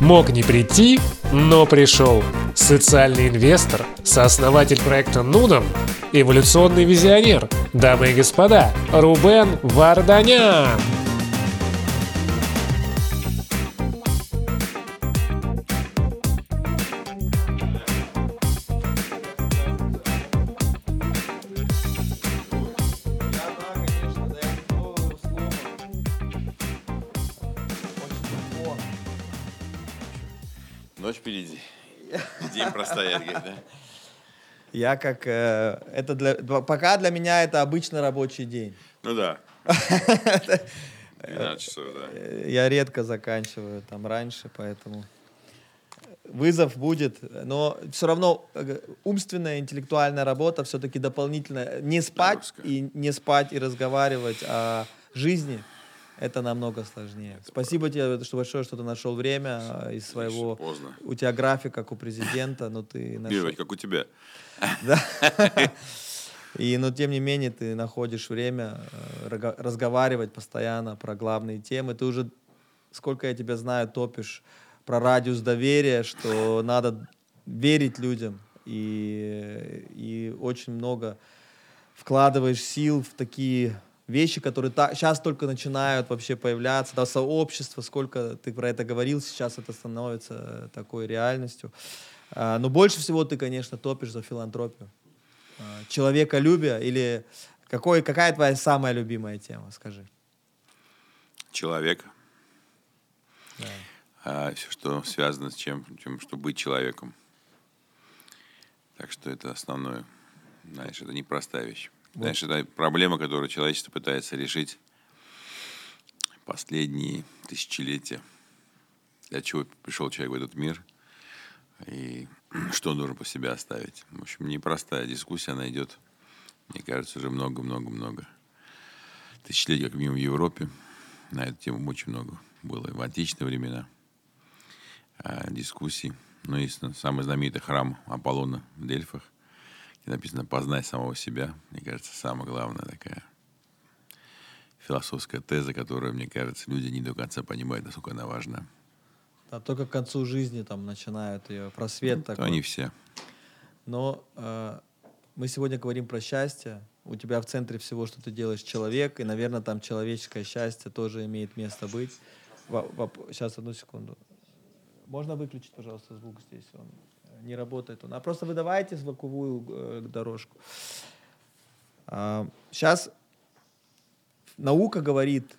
Мог не прийти, но пришел. Социальный инвестор, сооснователь проекта Нуном, эволюционный визионер, дамы и господа, Рубен Варданян. Ночь впереди. День простоять, да? Я как... пока для меня это обычный рабочий день. Ну да. 12 часов, да. Я редко заканчиваю там раньше, поэтому вызов будет. Но все равно умственная, интеллектуальная работа все-таки дополнительная. Не спать и разговаривать о жизни. Это намного сложнее. Спасибо тебе большое, что ты нашел время из своего... Поздно. У тебя график, как у президента, но ты нашел... Бежать, как у тебя. Да. Но тем не менее ты находишь время разговаривать постоянно про главные темы. Ты уже, сколько я тебя знаю, топишь про радиус доверия, что надо верить людям. И очень много вкладываешь сил в такие... вещи, которые сейчас только начинают вообще появляться, да, сообщество, сколько ты про это говорил, сейчас это становится такой реальностью. Но больше всего ты, конечно, топишь за филантропию. Человеколюбие или какая твоя самая любимая тема, скажи? Человек. Да. Все, что связано с чем, чтобы быть человеком. Так что это основное. Знаешь, это непростая вещь. Знаешь, это проблема, которую человечество пытается решить последние тысячелетия. Для чего пришел человек в этот мир и что он должен по себе оставить. В общем, непростая дискуссия, она идет, мне кажется, уже много-много-много тысячелетий, как минимум в Европе. На эту тему очень много было и в античные времена дискуссий. Ну, естественно, самый знаменитый храм Аполлона в Дельфах, написано «Познай самого себя». Мне кажется, самая главная такая философская теза, которую, мне кажется, люди не до конца понимают, насколько она важна. Да, только к концу жизни там начинают ее просвет такой. Они все. Но мы сегодня говорим про счастье. У тебя в центре всего, что ты делаешь, человек, и, наверное, там человеческое счастье тоже имеет место быть. Сейчас, одну секунду. Можно выключить, пожалуйста, звук здесь? Он не работает. А просто выдавайте звуковую дорожку. Сейчас наука говорит,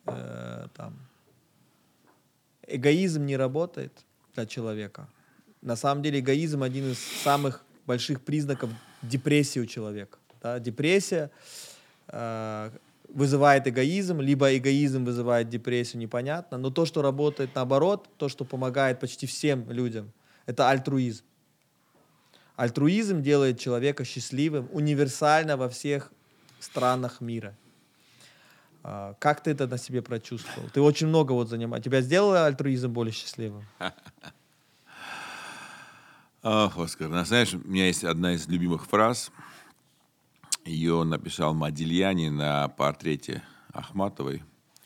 эгоизм не работает для человека. На самом деле эгоизм один из самых больших признаков депрессии у человека. Да? Депрессия вызывает эгоизм, либо эгоизм вызывает депрессию, непонятно. Но то, что работает наоборот, то, что помогает почти всем людям, это альтруизм. Альтруизм делает человека счастливым, универсально во всех странах мира. Как ты это на себе прочувствовал? Ты очень много занимаешься. Тебя сделал альтруизм более счастливым? Оскар, знаешь, у меня есть одна из любимых фраз. Ее написал Модильяни на портрете Ахматовой.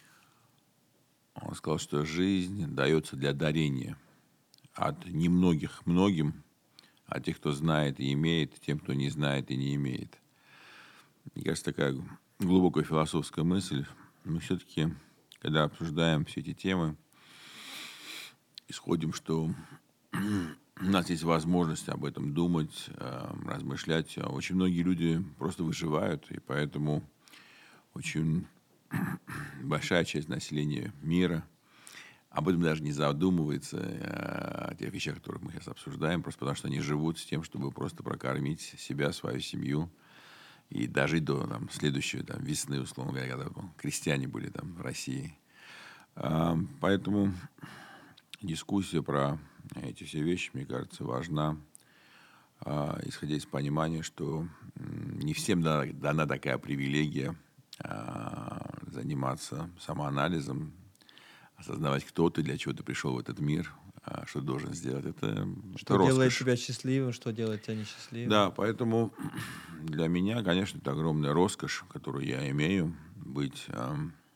Он сказал, что жизнь дается для дарения. От немногих многим, от тех, кто знает и имеет, тем, кто не знает и не имеет. Мне кажется, такая глубокая философская мысль. Мы все-таки, когда обсуждаем все эти темы, исходим, что у нас есть возможность об этом думать, размышлять. Очень многие люди просто выживают, и поэтому очень большая часть населения мира об этом даже не задумывается, о тех вещах, которых мы сейчас обсуждаем, просто потому что они живут с тем, чтобы просто прокормить себя, свою семью и дожить до следующей весны, условно говоря, когда крестьяне были в России. Поэтому дискуссия про эти все вещи, мне кажется, важна, исходя из понимания, что не всем дана такая привилегия заниматься самоанализом, осознавать, кто ты, для чего ты пришел в этот мир, что ты должен сделать. Это что роскошь. Делает тебя счастливым, что делает тебя несчастливым. Да, поэтому для меня, конечно, это огромная роскошь, которую я имею, быть в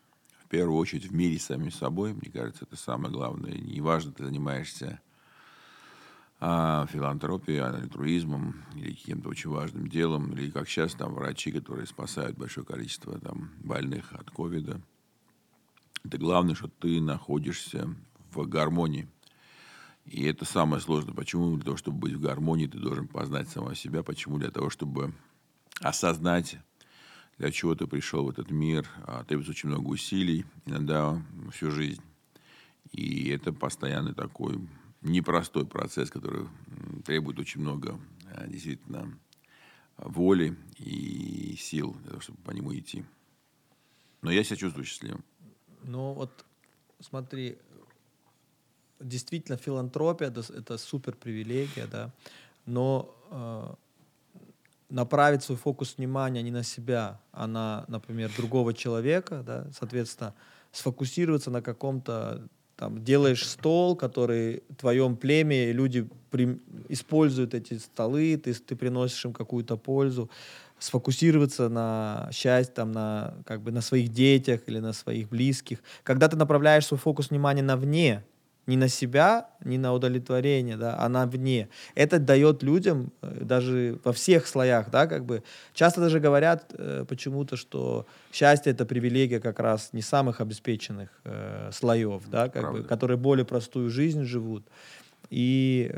в первую очередь в мире с самим собой. Мне кажется, это самое главное. Неважно, ты занимаешься филантропией, альтруизмом или каким-то очень важным делом, или как сейчас там врачи, которые спасают большое количество там больных от ковида. Это главное, что ты находишься в гармонии. И это самое сложное. Почему? Для того, чтобы быть в гармонии, ты должен познать самого себя. Почему? Для того, чтобы осознать, для чего ты пришел в этот мир. Требуется очень много усилий, иногда всю жизнь. И это постоянный такой непростой процесс, который требует очень много действительно воли и сил для того, чтобы по нему идти. Но я себя чувствую счастливым. Ну вот смотри, действительно филантропия это супер привилегия, да, но направить свой фокус внимания не на себя, а на, например, другого человека, да, соответственно, сфокусироваться на каком-то там делаешь стол, который в твоем племе, и люди используют эти столы, ты приносишь им какую-то пользу, сфокусироваться на счастье, там, на, как бы, на своих детях или на своих близких. Когда ты направляешь свой фокус внимания навне, не на себя, не на удовлетворение, да, а на вне. Это дает людям, даже во всех слоях, да, как бы, часто даже говорят почему-то, что счастье — это привилегия как раз не самых обеспеченных слоев, да, как бы, которые более простую жизнь живут. И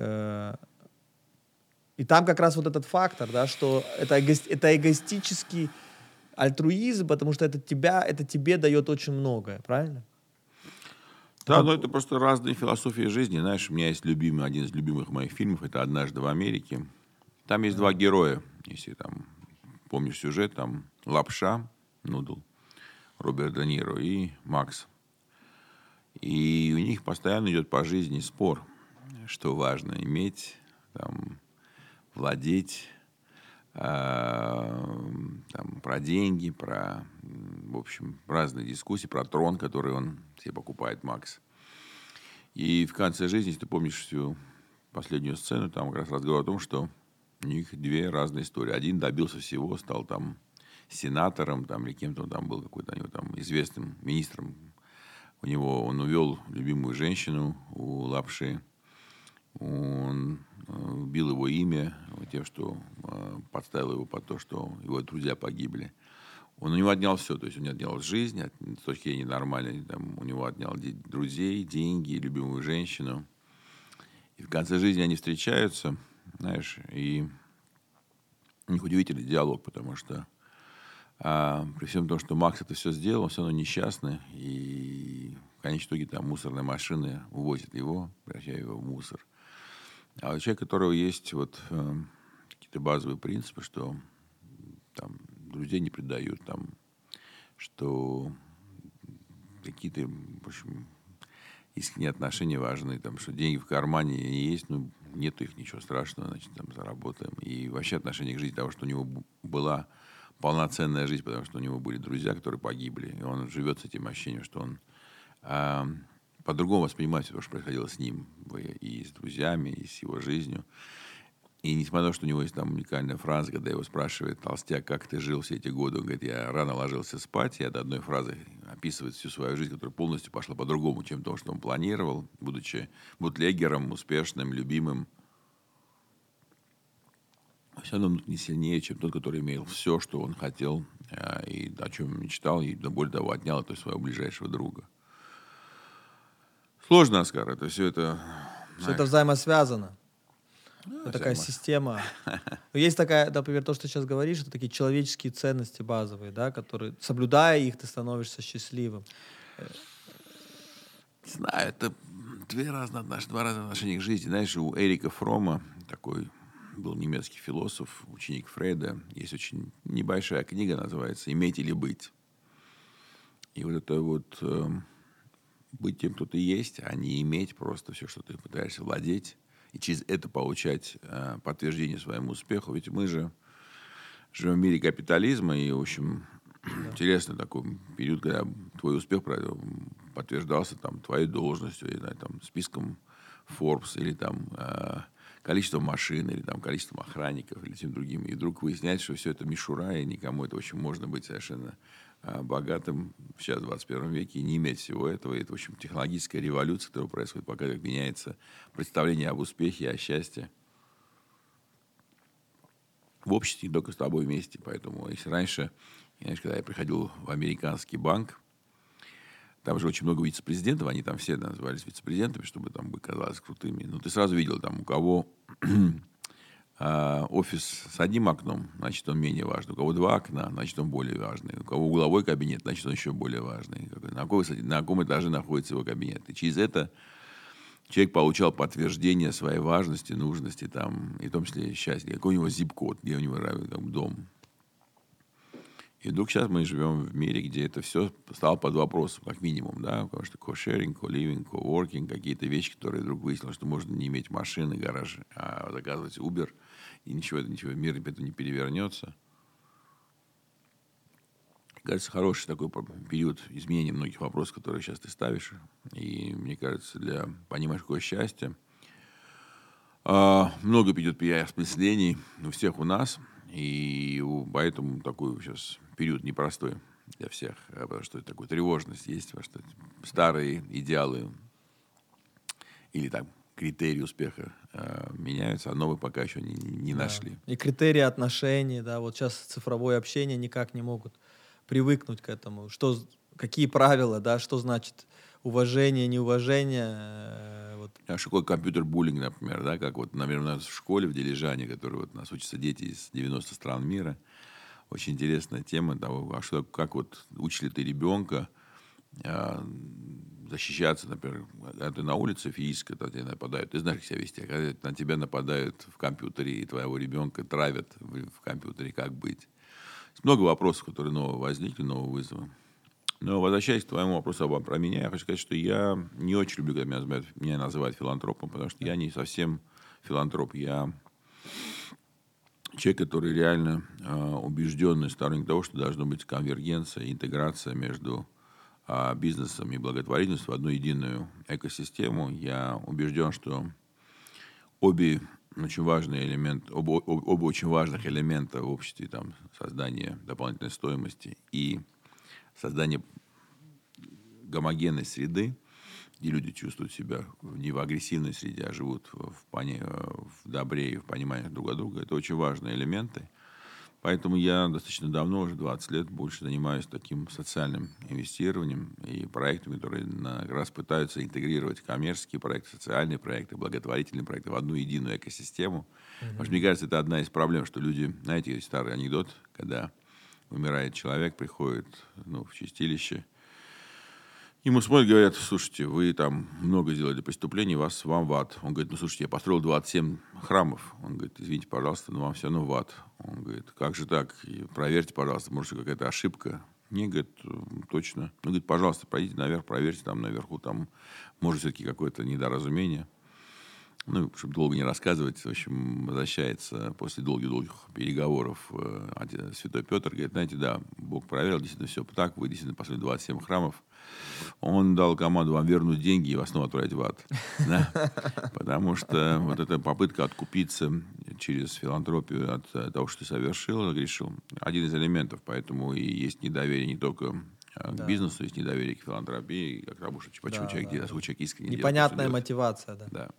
там как раз вот этот фактор, да, что это эгоистический альтруизм, потому что это тебе дает очень многое, правильно? Да, но это просто разные философии жизни. Знаешь, у меня есть один из любимых моих фильмов, это «Однажды в Америке». Там есть два героя, если там помнишь сюжет, там Лапша, Нудл, Роберт Де Ниро и Макс. И у них постоянно идет по жизни спор, что важно иметь, там, владеть, там, про деньги, про, в общем, разные дискуссии, про трон, который он себе покупает, Макс. И в конце жизни, если ты помнишь всю последнюю сцену, там как раз разговор о том, что у них две разные истории. Один добился всего, стал там сенатором, там, или кем-то он там был, какой-то у него там известным министром. Он увел любимую женщину у Лапши. Он убил его имя тем, что подставил его под то, что его друзья погибли. Он у него отнял все, то есть он отнял жизнь, с точки зрения нормальной, там, у него отнял друзей, деньги, любимую женщину. И в конце жизни они встречаются, знаешь, и у них удивительный диалог, потому что при всем том, что Макс это все сделал, он все равно несчастный, и в конечном итоге там мусорная машина увозит его, превращая его в мусор. А у человека, у которого есть вот какие-то базовые принципы, что там друзей не предают, там, что какие-то, в общем, искренние отношения важны, там, что деньги в кармане есть, ну, нету их, ничего страшного, значит, там, заработаем. И вообще отношение к жизни того, что у него была полноценная жизнь, потому что у него были друзья, которые погибли, и он живет с этим ощущением, что он по-другому воспринимает все, что происходило с ним, и с друзьями, и с его жизнью. И несмотря на то, что у него есть там уникальная фраза, когда его спрашивает толстяк, как ты жил все эти годы, он говорит, я рано ложился спать, и это одной фразой описывает всю свою жизнь, которая полностью пошла по-другому, чем то, что он планировал, будучи бутлегером, успешным, любимым. Все равно не сильнее, чем тот, который имел все, что он хотел, и о чем мечтал, и более того, отнял это своего ближайшего друга. Сложно, Оскар, это все это... Все это взаимосвязано. Это такая система. Есть такая, например, то, что ты сейчас говоришь, это такие человеческие ценности базовые, да, которые, соблюдая их, ты становишься счастливым. Знаю, это два разных отношения к жизни. Знаешь, у Эрика Фрома, такой был немецкий философ, ученик Фрейда, есть очень небольшая книга, называется «Иметь или быть». И вот это вот быть тем, кто ты есть, а не иметь просто все, что ты пытаешься владеть, и через это получать подтверждение своему успеху. Ведь мы же живем в мире капитализма, и, в общем, интересный такой период, когда твой успех подтверждался там, твоей должностью, или там, списком Forbes, или там, количеством машин, или там, количеством охранников, или тем другим. И вдруг выясняется, что все это мишура, и никому это, в общем, можно быть совершенно богатым сейчас, в 21 веке, и не иметь всего этого. И это, в общем, технологическая революция, которая происходит, пока как меняется представление об успехе, о счастье. В обществе не только с тобой вместе. Поэтому, если раньше, знаешь, когда я приходил в американский банк, там же очень много вице-президентов, они там все назывались вице-президентами, чтобы там бы казалось крутыми. Но ты сразу видел, там, у кого офис с одним окном, значит, он менее важный. У кого два окна, значит, он более важный. У кого угловой кабинет, значит, он еще более важный. На каком этаже находится его кабинет. И через это человек получал подтверждение своей важности, нужности, там, и в том числе счастья. Какой у него zip-код, где у него там, дом. И вдруг сейчас мы живем в мире, где это все стало под вопросом, как минимум, да, потому что co-sharing, co-living, co-working, какие-то вещи, которые вдруг выяснилось, что можно не иметь машины, гаражи, а заказывать Uber, и ничего в мире это не перевернется. Кажется, хороший такой период изменения многих вопросов, которые сейчас ты ставишь. И мне кажется, для понимания, какое счастье, много идет переосмыслений у всех у нас. И поэтому такой сейчас период непростой для всех, потому что такая тревожность есть, потому что старые идеалы или там критерии успеха меняются, а новые пока еще не нашли. И критерии отношений, да, вот сейчас цифровое общение никак не могут привыкнуть к этому. Какие правила, да, что значит уважение, неуважение. Вот. А что такое компьютер-буллинг, например, да, как вот, например, у нас в школе в Дилижане, в которой вот у нас учатся дети из 90 стран мира, очень интересная тема того, как вот учишь ли ты ребенка защищаться, например, когда ты на улице физически, когда тебе нападают, ты знаешь, как себя вести, а когда на тебя нападают в компьютере и твоего ребенка травят в компьютере, как быть. Есть много вопросов, которые нового возникли, нового вызова. Но возвращаясь к твоему вопросу про меня, я хочу сказать, что я не очень люблю, когда меня называют филантропом, потому что я не совсем филантроп. Я человек, который реально убежденный сторонник того, что должна быть конвергенция, интеграция между бизнесом и благотворительностью в одну единую экосистему. Я убежден, что оба очень важных элемента в обществе, там, создание дополнительной стоимости и создание гомогенной среды, где люди чувствуют себя не в агрессивной среде, а живут в добре и в понимании друг друга. Это очень важные элементы. Поэтому я достаточно давно, уже 20 лет, больше занимаюсь таким социальным инвестированием и проектами, которые как раз пытаются интегрировать коммерческие проекты, социальные проекты, благотворительные проекты в одну единую экосистему. Потому что, мне кажется, это одна из проблем, что люди, знаете, есть старый анекдот, когда умирает человек, приходит в чистилище, ему смотрят, говорят: слушайте, вы там много сделали преступлений, вам в ад. Он говорит: слушайте, я построил 27 храмов. Он говорит: извините, пожалуйста, но вам все равно в ад. Он говорит: как же так? И проверьте, пожалуйста, может, какая-то ошибка. Не, говорит, точно. Он говорит: пожалуйста, пройдите наверх, проверьте там наверху, там может все-таки какое-то недоразумение. Чтобы долго не рассказывать, в общем, возвращается после долгих переговоров святой Петр, говорит: знаете, да, Бог проверил, действительно все так, вы действительно построили 27 храмов. Он дал команду вам вернуть деньги и вас снова отправить в ад. Потому что вот эта попытка откупиться через филантропию от того, что ты совершил, грешил, один из элементов. Поэтому и есть недоверие не только к бизнесу, есть недоверие к филантропии, как тому, почему человек искренне делает. Непонятная мотивация, да.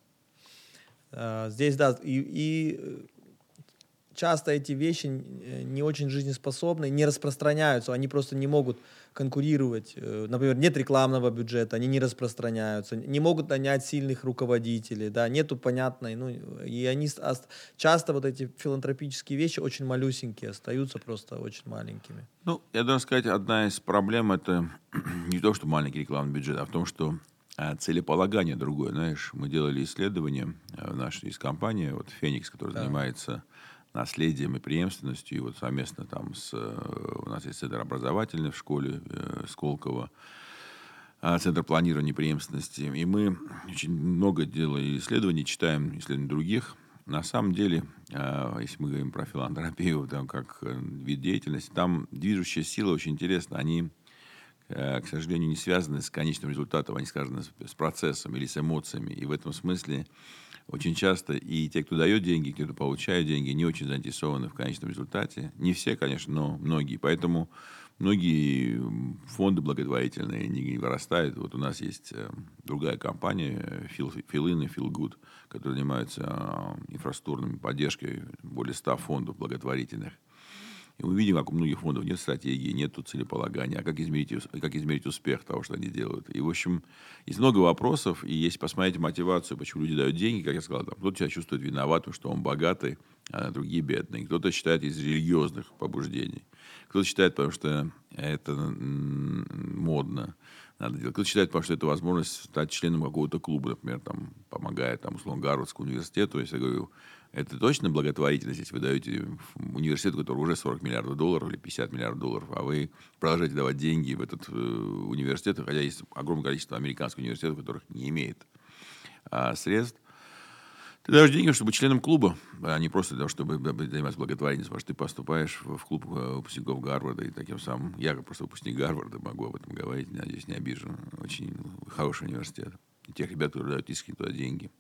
Здесь, да, и часто эти вещи не очень жизнеспособны, не распространяются, они просто не могут конкурировать. Например, нет рекламного бюджета, они не распространяются, не могут нанять сильных руководителей, да, нету понятной, и они часто вот эти филантропические вещи очень малюсенькие, остаются просто очень маленькими. Я должен сказать, одна из проблем — это не то, что маленький рекламный бюджет, а в том, что целеполагание другое. Знаешь, мы делали исследование в нашей компании, вот «Феникс», который занимается наследием и преемственностью, и вот совместно там у нас есть центр образовательный в школе Сколково, центр планирования преемственности, и мы очень много делали исследований, читаем исследования других. На самом деле, если мы говорим про филантропию, там, как вид деятельности, там движущая сила очень интересна. Они, к сожалению, не связаны с конечным результатом, они связаны с процессом или с эмоциями. И в этом смысле очень часто и те, кто дает деньги, те, кто получает деньги, не очень заинтересованы в конечном результате. Не все, конечно, но многие. Поэтому многие фонды благотворительные не вырастают. Вот у нас есть другая компания, Feel-In и Feel Good, которые занимаются инфраструктурной поддержкой более 100 фондов благотворительных. И мы видим, как у многих фондов нет стратегии, нет целеполагания, а как измерить успех того, что они делают. И, в общем, есть много вопросов, и если посмотреть мотивацию, почему люди дают деньги, как я сказал, там, кто-то себя чувствует виноватым, что он богатый, а другие бедные. Кто-то считает из религиозных побуждений. Кто-то считает, потому что это модно, надо делать. Кто-то считает, потому что это возможность стать членом какого-то клуба, например, там, помогает, там, условно, Гарвардскому университету. То есть, я говорю, это точно благотворительность, если вы даете университету, который уже 40 миллиардов долларов или 50 миллиардов долларов, а вы продолжаете давать деньги в этот университет, хотя есть огромное количество американских университетов, которых не имеет средств. Ты даешь деньги, чтобы быть членом клуба, а не просто для того, чтобы заниматься благотворительностью, потому что ты поступаешь в клуб выпускников Гарварда, и таким самым, я как просто выпускник Гарварда могу об этом говорить, надеюсь, не обижу. Очень хороший университет. И тех ребят, которые дают искренне туда деньги.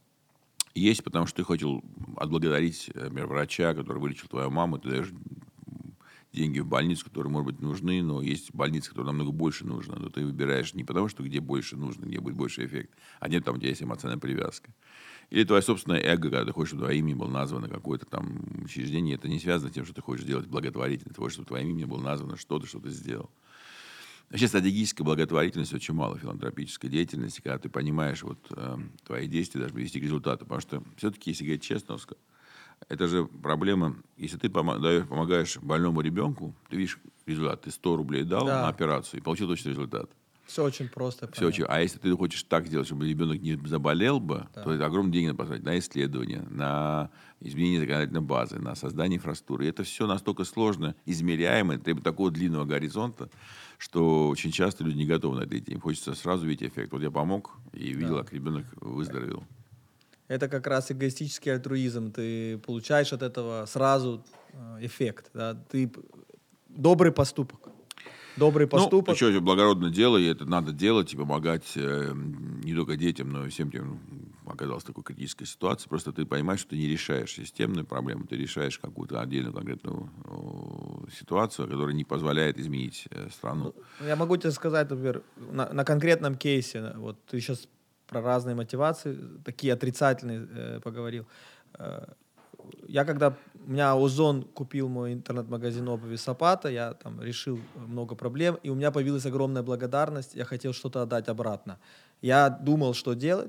Есть, потому что ты хотел отблагодарить, например, врача, который вылечил твою маму, ты даешь деньги в больницу, которые, может быть, нужны, но есть больницы, которые намного больше нужны, но ты выбираешь не потому, что где больше нужно, где будет больше эффект, а нет, там у тебя есть эмоциональная привязка. Или твое собственное эго, когда ты хочешь, чтобы твое имя было названо какое-то там учреждение, это не связано с тем, что ты хочешь делать благотворительность, ты хочешь, чтобы твое имя было названо что-то, что ты сделал. Вообще стратегической благотворительности очень мало, филантропической деятельности, когда ты понимаешь вот, твои действия должны привести к результату. Потому что все-таки, если говорить честно, это же проблема, если ты помогаешь больному ребенку, ты видишь результат, ты 100 рублей дал на операцию и получил точный результат. Все очень просто. Все очень. А если ты хочешь так сделать, чтобы ребенок не заболел бы, то это огромные деньги надо потратить на исследования, на изменение законодательной базы, на создание инфраструктуры. И это все настолько сложно измеряемо, требует такого длинного горизонта, что очень часто люди не готовы на это идти. Им хочется сразу видеть эффект. Вот я помог и видел, как ребенок выздоровел. Это как раз эгоистический альтруизм. Ты получаешь от этого сразу эффект. Да? Ты добрый поступок. Добрый поступок. Ну, что, благородное дело, и это надо делать, и помогать не только детям, но и всем тем, оказалась в такой критической ситуации. Просто ты понимаешь, что ты не решаешь системную проблему, ты решаешь какую-то отдельную конкретную ситуацию, которая не позволяет изменить страну. Я могу тебе сказать, например, на конкретном кейсе, вот ты сейчас про разные мотивации, такие отрицательные поговорил. У меня Озон купил мой интернет-магазин обуви Сапата, я там решил много проблем, и у меня появилась огромная благодарность, я хотел что-то отдать обратно. Я думал, что делать,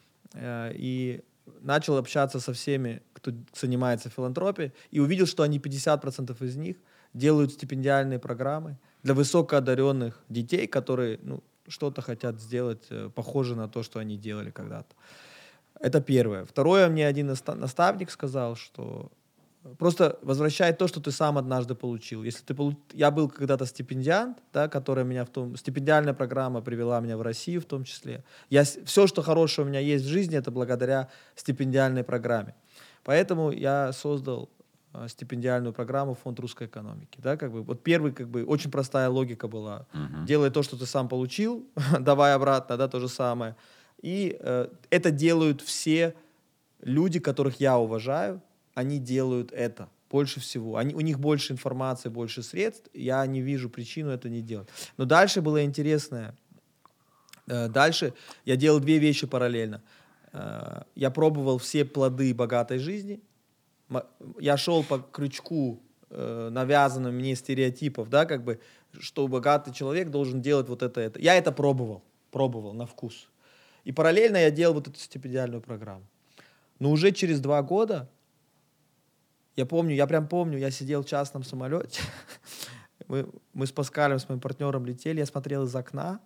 и начал общаться со всеми, кто занимается филантропией, и увидел, что они 50% из них делают стипендиальные программы для высокоодаренных детей, которые что-то хотят сделать похоже на то, что они делали когда-то. Это первое. Второе, мне один наставник сказал, что просто возвращай то, что ты сам однажды получил. Если я был когда-то стипендиант, да, стипендиальная программа привела меня в Россию в том числе. Все, что хорошее у меня есть в жизни, это благодаря стипендиальной программе. Поэтому я создал стипендиальную программу «Фонд русской экономики». Да, вот первый, очень простая логика была. Делай то, что ты сам получил, давай обратно, да, то же самое. И это делают все люди, которых я уважаю, они делают это больше всего. У них больше информации, больше средств, я не вижу причину это не делать. Но дальше было интересное. Дальше я делал две вещи параллельно. Я пробовал все плоды богатой жизни. Я шел по крючку навязанным мне стереотипов, да, что богатый человек должен делать вот это. Я это пробовал на вкус. И параллельно я делал вот эту стипендиальную программу. Но уже через 2 года, я прям помню, я сидел в частном самолете, мы с Паскалем, с моим партнером летели, я смотрел из окна,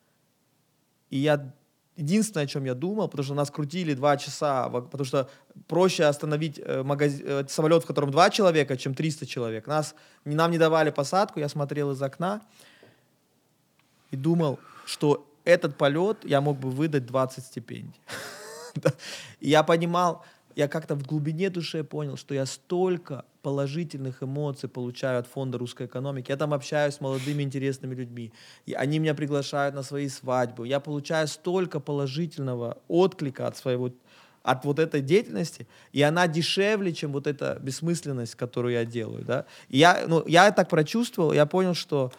и единственное, о чем я думал, потому что нас крутили 2 часа, потому что проще остановить самолет, в котором 2 человека, чем 300 человек. Нам не давали посадку, я смотрел из окна и думал, что этот полет я мог бы выдать 20 стипендий. И я понимал, я как-то в глубине души понял, что я столько положительных эмоций получаю от фонда русской экономики. Я там общаюсь с молодыми интересными людьми. И они меня приглашают на свои свадьбы. Я получаю столько положительного отклика от от вот этой деятельности, и она дешевле, чем вот эта бессмысленность, которую я делаю, да. И я так прочувствовал, я понял, что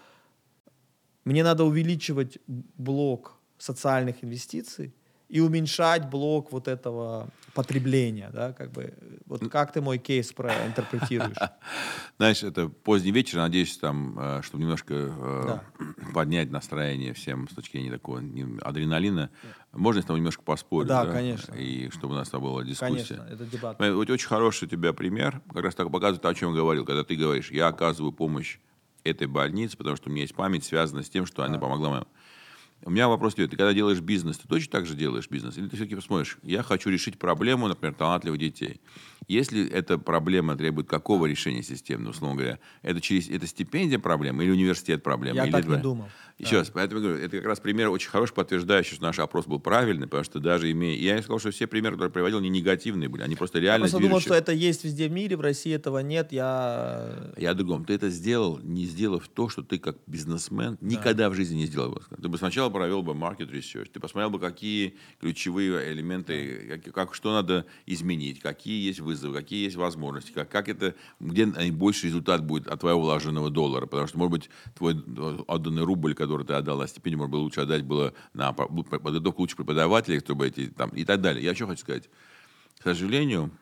мне надо увеличивать блок социальных инвестиций и уменьшать блок вот этого потребления, да, как бы. Вот как ты мой кейс проинтерпретируешь? Знаешь, это поздний вечер, надеюсь, там, чтобы немножко Да. поднять настроение всем с точки зрения такого адреналина. Можно я с тобой немножко поспорить? Да, конечно. И чтобы у нас там была дискуссия. Конечно, это дебат. Вот очень хороший у тебя пример, как раз так показывает то, о чем я говорил, когда ты говоришь, я оказываю помощь этой больнице, потому что у меня есть память, связанная с тем, что она помогла моему. У меня вопрос тебе, ты когда делаешь бизнес, ты точно так же делаешь бизнес? Или ты все-таки посмотришь, я хочу решить проблему, например, талантливых детей. Если эта проблема требует какого решения системного, условно говоря, это стипендия проблема или университет проблема? Я или так не думал. Еще раз, поэтому я говорю, это как раз пример очень хороший, подтверждающий, что наш опрос был правильный, потому что даже имея... Я не сказал, что все примеры, которые я приводил, не негативные были, они просто реально Я просто движущие. думал, что это есть везде в мире, в России этого нет. Я Я о другом. Ты это сделал, не сделав то, что ты как бизнесмен никогда в жизни не сделал бы. Ты бы сначала провел бы market research, ты посмотрел бы, какие ключевые элементы, что надо изменить, какие есть вызовы, какие есть возможности, где наибольший результат будет от твоего вложенного доллара. Потому что, может быть, твой отданный рубль, который ты отдал на стипендию, может быть, лучше отдать было на подготовку лучших преподавателей, чтобы и так далее. Я что хочу сказать. К сожалению,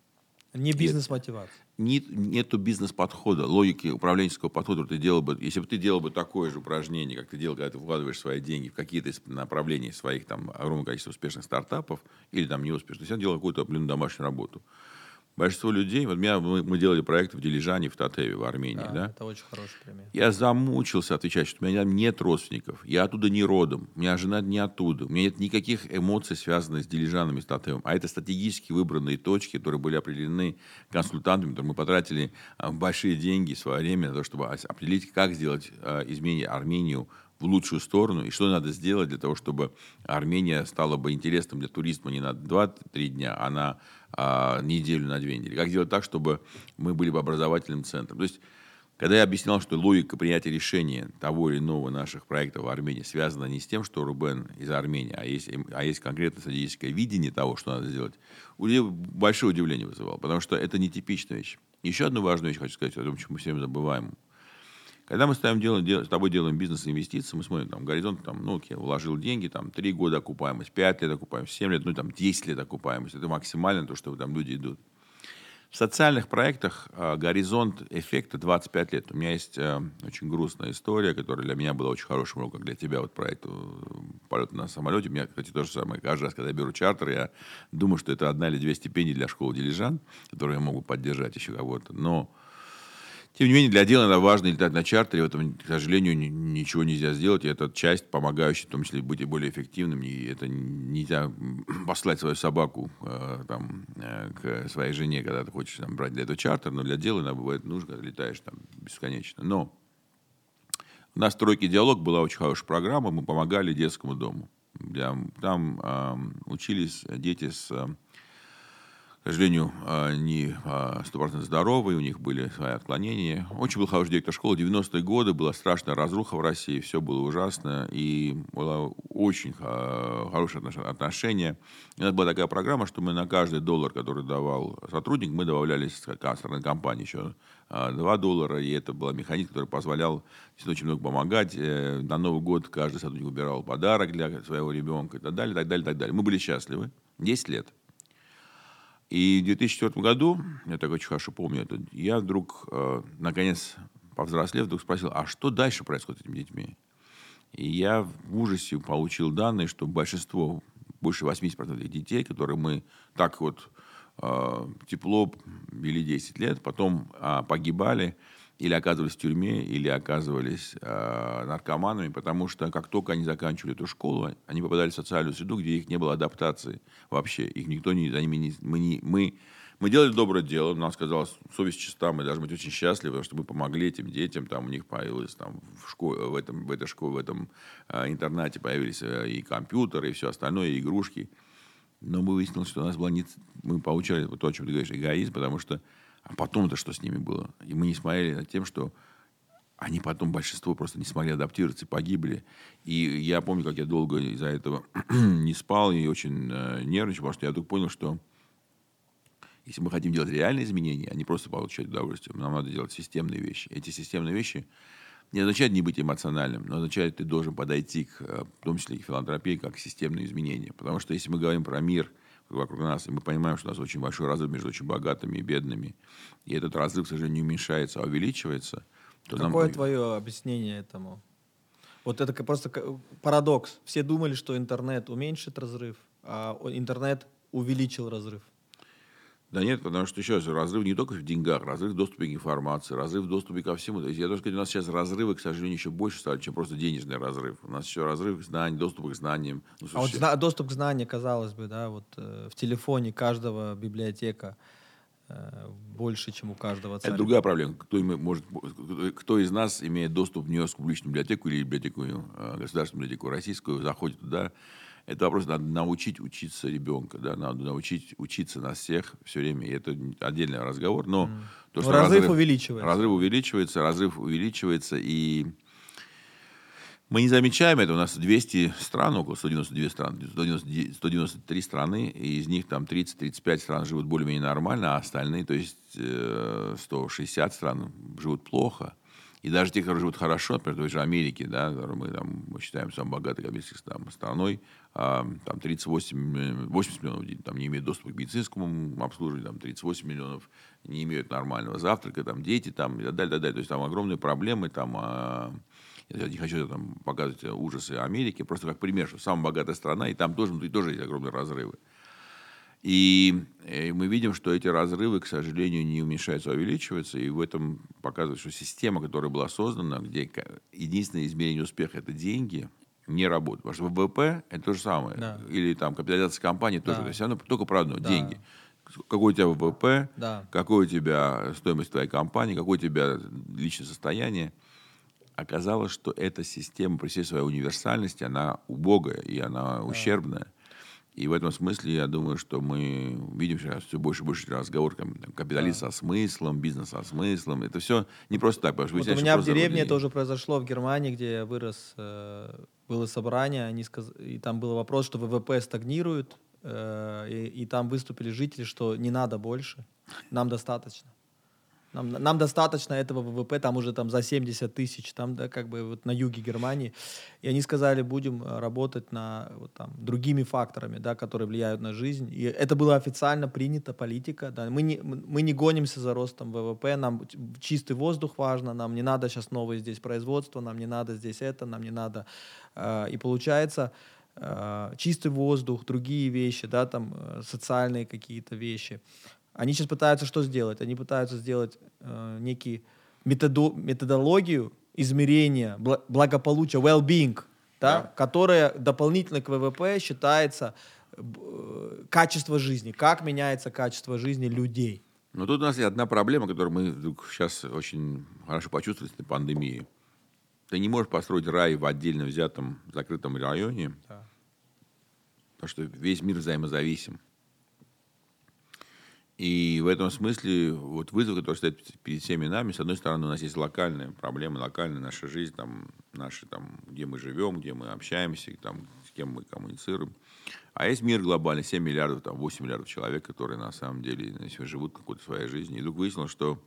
не бизнес-мотивация. нету бизнес-подхода, логики управленческого подхода. Если бы ты делал бы такое же упражнение, как ты делал, когда ты вкладываешь свои деньги в какие-то направления своих там огромное количество успешных стартапов или там неуспешных, ты делал какую-то домашнюю работу. Большинство людей, мы делали проекты в Дилижане, в Татеве, в Армении, да? Это очень хороший пример. Я замучился отвечать, что у меня нет родственников, я оттуда не родом, у меня жена не оттуда, у меня нет никаких эмоций, связанных с Дилижаном и с Татевом. А это стратегически выбранные точки, которые были определены консультантами, которые мы потратили большие деньги, свое время на то, чтобы определить, как сделать изменение Армению в лучшую сторону, и что надо сделать для того, чтобы Армения стала бы интересным для туристов не на 2-3 дня, а на неделю, на 2 недели. Как сделать так, чтобы мы были бы образовательным центром. То есть, когда я объяснял, что логика принятия решения того или иного наших проектов в Армении связана не с тем, что Рубен из Армении, а есть конкретное стратегическое видение того, что надо сделать, у людей большое удивление вызывало, потому что это нетипичная вещь. Еще одну важную вещь хочу сказать, о том, чем мы все время забываем. Когда мы с тобой делаем бизнес-инвестиции, мы смотрим, там, горизонт, вложил деньги, 3 года окупаемость, 5 лет окупаемость, 7 лет, 10 лет окупаемость. Это максимально то, что там люди идут. В социальных проектах горизонт эффекта 25 лет. У меня есть очень грустная история, которая для меня была очень хорошим уроком, как для тебя, проект полета на самолете. У меня, кстати, то же самое. Каждый раз, когда я беру чартер, я думаю, что это 1 или 2 стипендии для школы Дилижан, которые я могу поддержать еще кого-то. Но тем не менее, для дела надо важно летать на чартере. В этом, к сожалению, ничего нельзя сделать. И это часть, помогающая, в том числе, быть более эффективным. И это нельзя послать свою собаку к своей жене, когда ты хочешь брать для этого чартер. Но для дела иногда бывает нужно, когда летаешь бесконечно. Но у нас в «Тройке Диалог» была очень хорошая программа. Мы помогали детскому дому. Там учились дети к сожалению, не 100% здоровые, у них были свои отклонения. Очень был хороший директор школы. 90-е годы была страшная разруха в России, все было ужасно, и было очень хорошее отношение. У нас была такая программа, что мы на каждый доллар, который давал сотрудник, мы добавляли с стороны компании еще $2, и это был механизм, который позволял очень много помогать. На Новый год каждый сотрудник выбирал подарок для своего ребенка и так далее, так далее, так далее. Мы были счастливы. 10 лет. И в 2004 году, я так очень хорошо помню это, я вдруг, наконец, повзрослев, вдруг спросил, а что дальше происходит с этими детьми? И я в ужасе получил данные, что большинство, больше 80% детей, которые мы так тепло вели 10 лет, потом погибали, или оказывались в тюрьме, или оказывались наркоманами, потому что как только они заканчивали эту школу, они попадали в социальную среду, где их не было адаптации вообще. Их никто за ними не... Мы делали доброе дело, нам сказалось, совесть чиста, мы должны быть очень счастливы, потому что мы помогли этим детям, у них появилось в этой школе, в этом интернате появились и компьютеры, и все остальное, и игрушки. Но мы выяснили, что у нас мы получали то, о чем ты говоришь, эгоизм, потому что а потом-то что с ними было? И мы не смотрели над тем, что они потом, большинство, просто не смогли адаптироваться и погибли. И я помню, как я долго из-за этого не спал и очень нервничал, потому что я вдруг понял, что если мы хотим делать реальные изменения, а не просто получать удовольствие, нам надо делать системные вещи. Эти системные вещи не означает не быть эмоциональным, но означает, ты должен подойти в том числе и к филантропии, как к системным изменениям. Потому что если мы говорим про мир вокруг нас, и мы понимаем, что у нас очень большой разрыв между очень богатыми и бедными, и этот разрыв, к сожалению, не уменьшается, а увеличивается, то Какое твое объяснение этому? Вот это просто парадокс. Все думали, что интернет уменьшит разрыв, а интернет увеличил разрыв. Да нет, потому что, еще раз, разрыв не только в деньгах, разрыв в доступе к информации, разрыв в доступе ко всему. То есть я должен сказать, у нас сейчас разрывы, к сожалению, еще больше стали, чем просто денежный разрыв. У нас еще разрыв к знаниям, доступ к знаниям. Ну, слушайте, А вот доступ к знаниям, казалось бы, да, вот в телефоне каждого библиотека больше, чем у каждого царя. это другая проблема. Кто из нас имеет доступ в Нью-Йоркскую публичную библиотеку или библиотеку, государственную библиотеку российскую, заходит туда. Это вопрос, надо научить учиться ребенка, да, надо научить учиться нас всех все время. И это отдельный разговор, но то, что разрыв увеличивается. Разрыв увеличивается, и мы не замечаем это. У нас 200 стран, около 192 страны, 193 страны, и из них там 30-35 стран живут более-менее нормально, а остальные, то есть 160 стран живут плохо. И даже те, которые живут хорошо, например, в той же Америке, да, которую мы считаем самой богатой коммерческой страной, там 80 миллионов там, не имеют доступа к медицинскому обслуживанию, там 38 миллионов не имеют нормального завтрака, там дети там, и так далее, так далее. То есть там огромные проблемы, там, я не хочу там показывать ужасы Америки, просто как пример, что самая богатая страна, и там тоже есть огромные разрывы. И мы видим, что эти разрывы, к сожалению, не уменьшаются, а увеличиваются. И в этом показывает, что система, которая была создана, где единственное измерение успеха – это деньги, не работает. Потому что ВВП – это то же самое. Да. Или там капитализация компании тоже. Да. То есть оно только про одно – деньги. Какой у тебя ВВП, какой у тебя стоимость твоей компании, какое у тебя личное состояние. Оказалось, что эта система при всей своей универсальности, она убогая и она ущербная. И в этом смысле, я думаю, что мы видим сейчас все больше и больше разговор капитализм со смыслом, бизнес со смыслом. Это все не просто так. Вот у меня в деревне это уже произошло, в Германии, где я вырос, было собрание, и там был вопрос, что ВВП стагнирует, и там выступили жители, что не надо больше, нам достаточно. Нам достаточно этого ВВП, там уже там за 70 тысяч, там, да, как бы вот на юге Германии. И они сказали, будем работать на вот, там, другими факторами, да, которые влияют на жизнь. И это было официально принято, политика. Да. Мы не гонимся за ростом ВВП, нам чистый воздух важно, нам не надо сейчас новое здесь производство, нам не надо здесь это, нам не надо. И получается, чистый воздух, другие вещи, да, там, социальные какие-то вещи. Они сейчас пытаются что сделать? Они пытаются сделать некий методологию измерения благополучия, well-being, да, которая дополнительно к ВВП считается качество жизни. Как меняется качество жизни людей? Но тут у нас есть одна проблема, которую мы вдруг сейчас очень хорошо почувствовали с пандемией. Ты не можешь построить рай в отдельно взятом закрытом районе, потому что весь мир взаимозависим. И в этом смысле вот вызов, который стоит перед всеми нами, с одной стороны, у нас есть локальные проблемы, локальная наша жизнь, там, наши, там, где мы живем, где мы общаемся, там, с кем мы коммуницируем. А есть мир глобальный, 7 миллиардов, там, 8 миллиардов человек, которые на самом деле живут какой-то своей жизнью. И вдруг выяснилось, что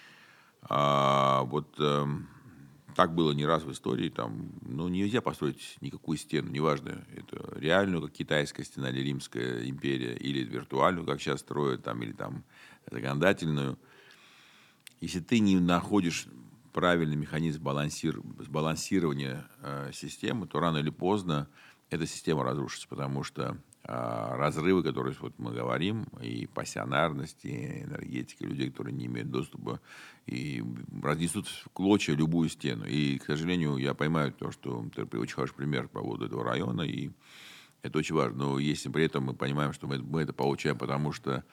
так было не раз в истории, там, ну, нельзя построить никакую стену, неважно, это реальную, как китайская стена или Римская империя, или виртуальную, как сейчас строят, там, или там законодательную. Если ты не находишь правильный механизм сбалансирования системы, то рано или поздно эта система разрушится, потому что разрывы, которые вот мы говорим, и пассионарность, и энергетика людей, которые не имеют доступа, и разнесут в клочья любую стену. И, к сожалению, я понимаю то, что ты очень хороший пример по поводу этого района, и это очень важно. Но если при этом мы понимаем, что мы это получаем, потому что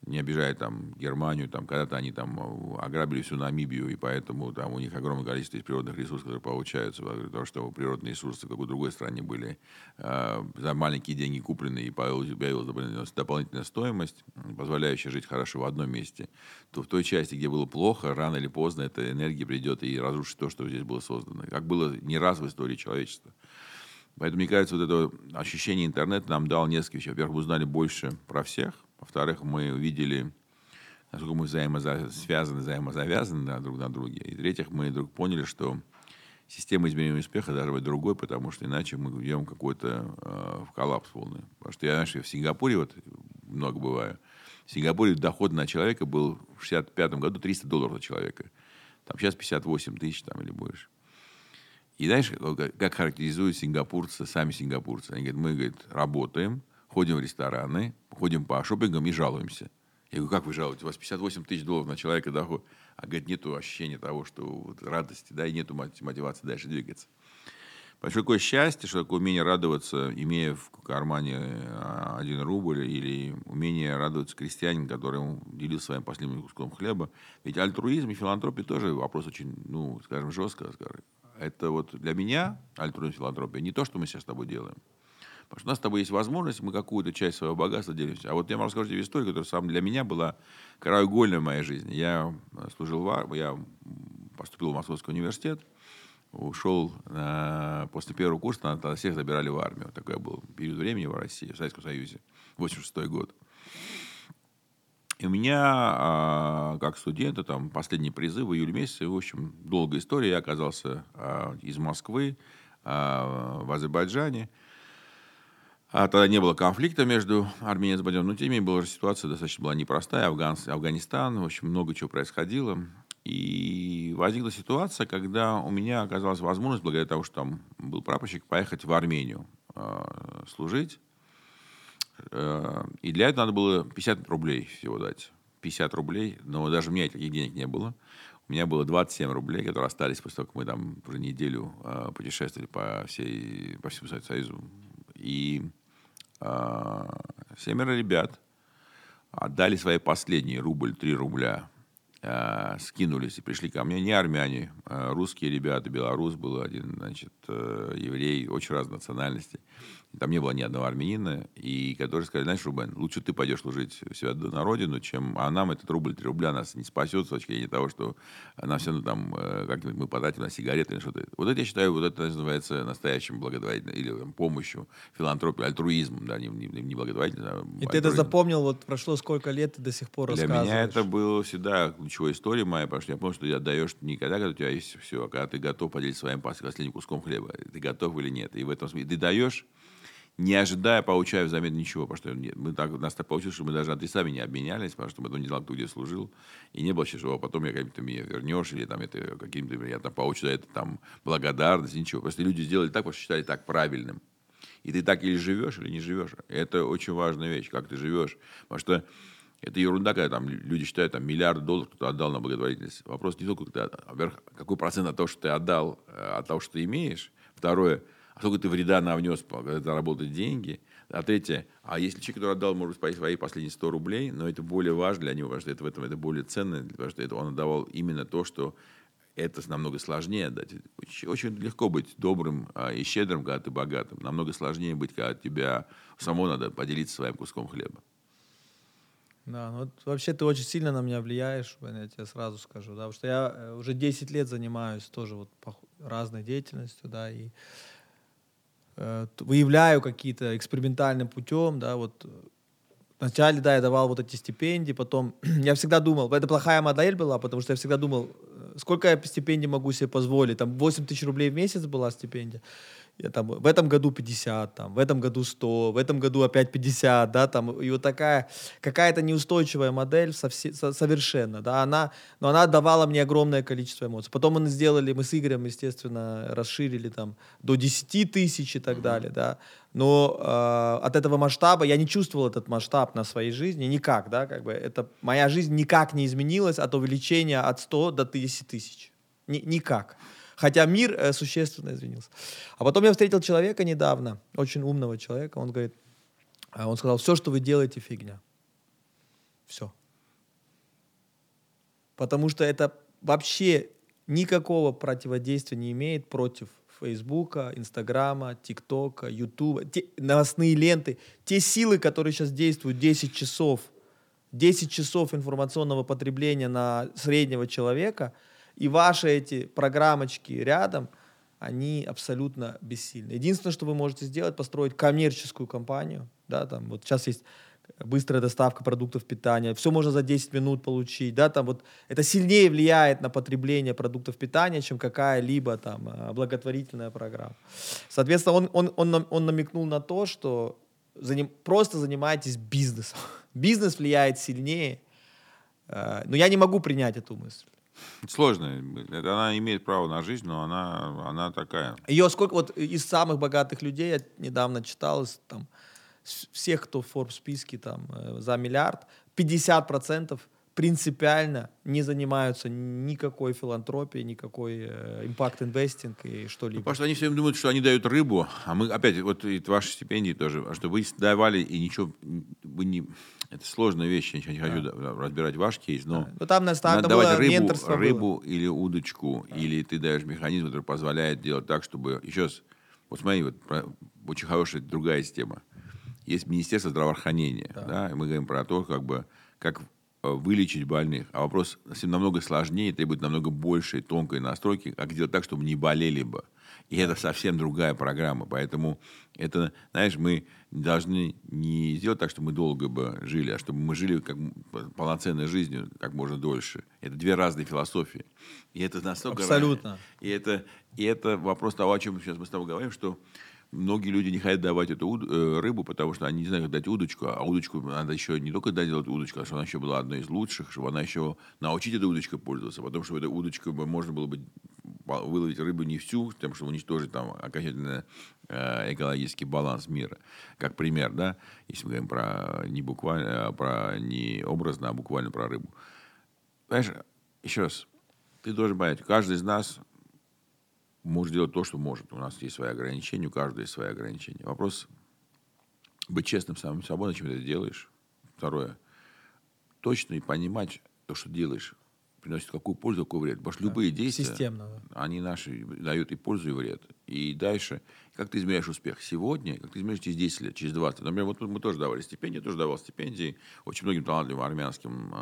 не обижая там Германию, там когда-то они там ограбили всю Намибию, и поэтому там у них огромное количество из природных ресурсов, которые получаются, потому что природные ресурсы в какой-то другой стране были за маленькие деньги куплены, и появилась дополнительная стоимость, позволяющая жить хорошо в одном месте, то в той части, где было плохо, рано или поздно эта энергия придет и разрушит то, что здесь было создано. Как было не раз в истории человечества. Поэтому, мне кажется, вот это ощущение интернета нам дало несколько вещей. Во-первых, мы узнали больше про всех. Во-вторых, мы увидели, насколько мы взаимозавязаны друг на друге. И в-третьих, мы вдруг поняли, что система измерения успеха должна быть другой, потому что иначе мы идем какой-то в коллапс полный. Потому что я, знаешь, в Сингапуре, вот много бываю, в Сингапуре доход на человека был в 1965 году $300 на человека. Там сейчас 58 тысяч там, или больше. И знаешь, как характеризуют сингапурцы, сами сингапурцы? Они говорят, мы, говорит, работаем, ходим в рестораны, ходим по шопингам и жалуемся. Я говорю, как вы жалуетесь? У вас 58 тысяч долларов на человека доход. А, говорит, нету ощущения того, что вот, радости, да, и нету мотивации дальше двигаться. Что такое счастье, что такое умение радоваться, имея в кармане 1 рубль, или умение радоваться крестьянин, который делился своим последним куском хлеба. Ведь альтруизм и филантропия тоже вопрос очень, ну, скажем, жестко. Это вот для меня альтруизм и филантропия не то, что мы сейчас с тобой делаем. Потому что у нас с тобой есть возможность, мы какую-то часть своего богатства делимся. А вот я вам расскажу тебе историю, которая сам для меня была краеугольной в моей жизни. Я я поступил в Московский университет, ушел после первого курса, тогда всех забирали в армию. Такой был период времени в России, в Советском Союзе, 86 год. И у меня, как студента, там, последний призыв в июле месяце, в общем, долгая история. Я оказался из Москвы в Азербайджане. Тогда не было конфликта между Арменией и Азербайджаном, но тем не менее ситуация достаточно была непростая. Афганистан, в общем, много чего происходило. И возникла ситуация, когда у меня оказалась возможность, благодаря тому, что там был прапорщик, поехать в Армению служить. И для этого надо было 50 рублей всего дать. 50 рублей, но даже у меня таких денег не было. У меня было 27 рублей, которые остались после того, как мы там уже неделю путешествовали по всему Советскому Союзу. И 7 ребят отдали свои последние рубль, 3 рубля, скинулись и пришли ко мне. Не армяне, русские ребята, белорус был один, значит, еврей, очень разной национальности. Там не было ни одного армянина, и которые сказали, знаешь, Рубен, лучше ты пойдешь служить у себя на родину, а нам этот рубль, 3 рубля нас не спасет с точки зрения того, что нам все равно там как-нибудь мы потратим на сигареты или что-то. Вот это, я считаю, вот это называется настоящим благотворительным или там, помощью, филантропией, альтруизмом, да, не благотворительным, а И ты это запомнил, вот прошло сколько лет, ты до сих пор Для рассказываешь. меня это было всегда ключевая история моя, потому что я помню, что ты отдаешь не когда у тебя есть все, а когда ты готов поделиться своим последним куском хлеба. Ты готов или нет. И в этом смысле ты даешь, не ожидая, получая взамен ничего. Потому что у нас так получилось, что мы даже адресами не обменялись, потому что мы не знали, кто где служил. И не было еще, что потом ты мне вернешь, или там, это каким-то, я там получу за это там, благодарность, ничего. Просто люди сделали так, потому что считали так правильным. И ты так или живешь, или не живешь. Это очень важная вещь, как ты живешь. Потому что это ерунда, когда там люди считают, там, $миллиарды кто-то отдал на благотворительность. Вопрос не только, какой процент от того, что ты отдал, от того, что ты имеешь. Второе, а сколько ты вреда навнес, когда ты заработал деньги. А третье, а если человек, который отдал, может быть, свои последние 100 рублей, но это более важно для него, потому что это в этом это более ценно, потому что он отдавал именно то, что это намного сложнее отдать. Очень легко быть добрым и щедрым, когда ты богатым. Намного сложнее быть, когда тебя самому надо поделиться своим куском хлеба. Да, ну вот вообще ты очень сильно на меня влияешь, я тебе сразу скажу, да, потому что я уже 10 лет занимаюсь тоже вот разной деятельностью, да, и выявляю какие-то экспериментальным путем, да, вот вначале, да, я давал вот эти стипендии, потом я всегда думал, это плохая модель была, потому что я всегда думал, сколько я стипендий могу себе позволить, там 8 тысяч рублей в месяц была стипендия, я там, в этом году 50, там, в этом году 100, в этом году опять 50, да, там, и вот такая какая-то неустойчивая модель совершенно, да, но она давала мне огромное количество эмоций. Потом мы с Игорем, естественно, расширили там до 10 тысяч и так далее, да, но от этого масштаба, я не чувствовал этот масштаб на своей жизни никак, да, как бы, моя жизнь никак не изменилась от увеличения от 100 до 10 тысяч, никак. Хотя мир существенно изменился. А потом я встретил человека недавно, очень умного человека. Он говорит, он сказал, все, что вы делаете, фигня. Все. Потому что это вообще никакого противодействия не имеет против Фейсбука, Инстаграма, ТикТока, Ютуба, новостные ленты. Те силы, которые сейчас действуют 10 часов информационного потребления на среднего человека, и ваши эти программочки рядом, они абсолютно бессильны. Единственное, что вы можете сделать, построить коммерческую компанию. Да, там, вот сейчас есть быстрая доставка продуктов питания, все можно за 10 минут получить. Да, там, вот, это сильнее влияет на потребление продуктов питания, чем какая-либо там, благотворительная программа. Соответственно, он намекнул на то, что просто занимайтесь бизнесом. Бизнес влияет сильнее. Но я не могу принять эту мысль. Сложно. Она имеет право на жизнь, но она такая. Ее сколько, вот из самых богатых людей, я недавно читал, там, всех, кто в Forbes списке там, за миллиард, 50% принципиально не занимаются никакой филантропией, никакой импакт-инвестинг и что-либо. Потому что они все время думают, что они дают рыбу, а мы, опять, вот и ваши стипендии тоже, что вы давали и ничего, вы не... Это сложная вещь, я не хочу разбирать ваш кейс, но там надо давать рыбу или удочку, или ты даешь механизм, который позволяет делать так, чтобы... Еще раз, вот смотри, вот, очень хорошая другая система. Есть Министерство здравоохранения, да, и мы говорим про то, как вылечить больных. А вопрос намного сложнее, требует намного большей тонкой настройки, как делать так, чтобы не болели бы. И это совсем другая программа. Поэтому это, знаешь, мы должны не сделать так, чтобы мы долго бы жили, а чтобы мы жили как полноценной жизнью как можно дольше. Это две разные философии. И это настолько... Абсолютно. И это вопрос того, о чем сейчас мы с тобой говорим, что многие люди не хотят давать эту рыбу, потому что они не знают, как дать удочку. А удочку надо еще не только делать удочку, а чтобы она еще была одной из лучших, чтобы она еще научить этой удочкой пользоваться. Потом, чтобы этой удочкой можно было бы выловить рыбу не всю, тем, чтобы уничтожить там окончательно экологический баланс мира. Как пример, да, если мы говорим про не буквально, про не образно, а буквально про рыбу. Понимаешь, еще раз, ты должен понять, каждый из нас может делать то, что может. У нас есть свои ограничения, у каждого есть свои ограничения. Вопрос быть честным самим собой, на чем ты это делаешь. Второе. Точно и понимать то, что делаешь, приносит какую пользу, какой вред. Потому что любые действия, системно, они наши дают и пользу, и вред. И дальше, как ты измеряешь успех сегодня, как ты измеряешь через 10 лет, через 20. Например, вот мы тоже давали стипендии, я тоже давал стипендии очень многим талантливым армянским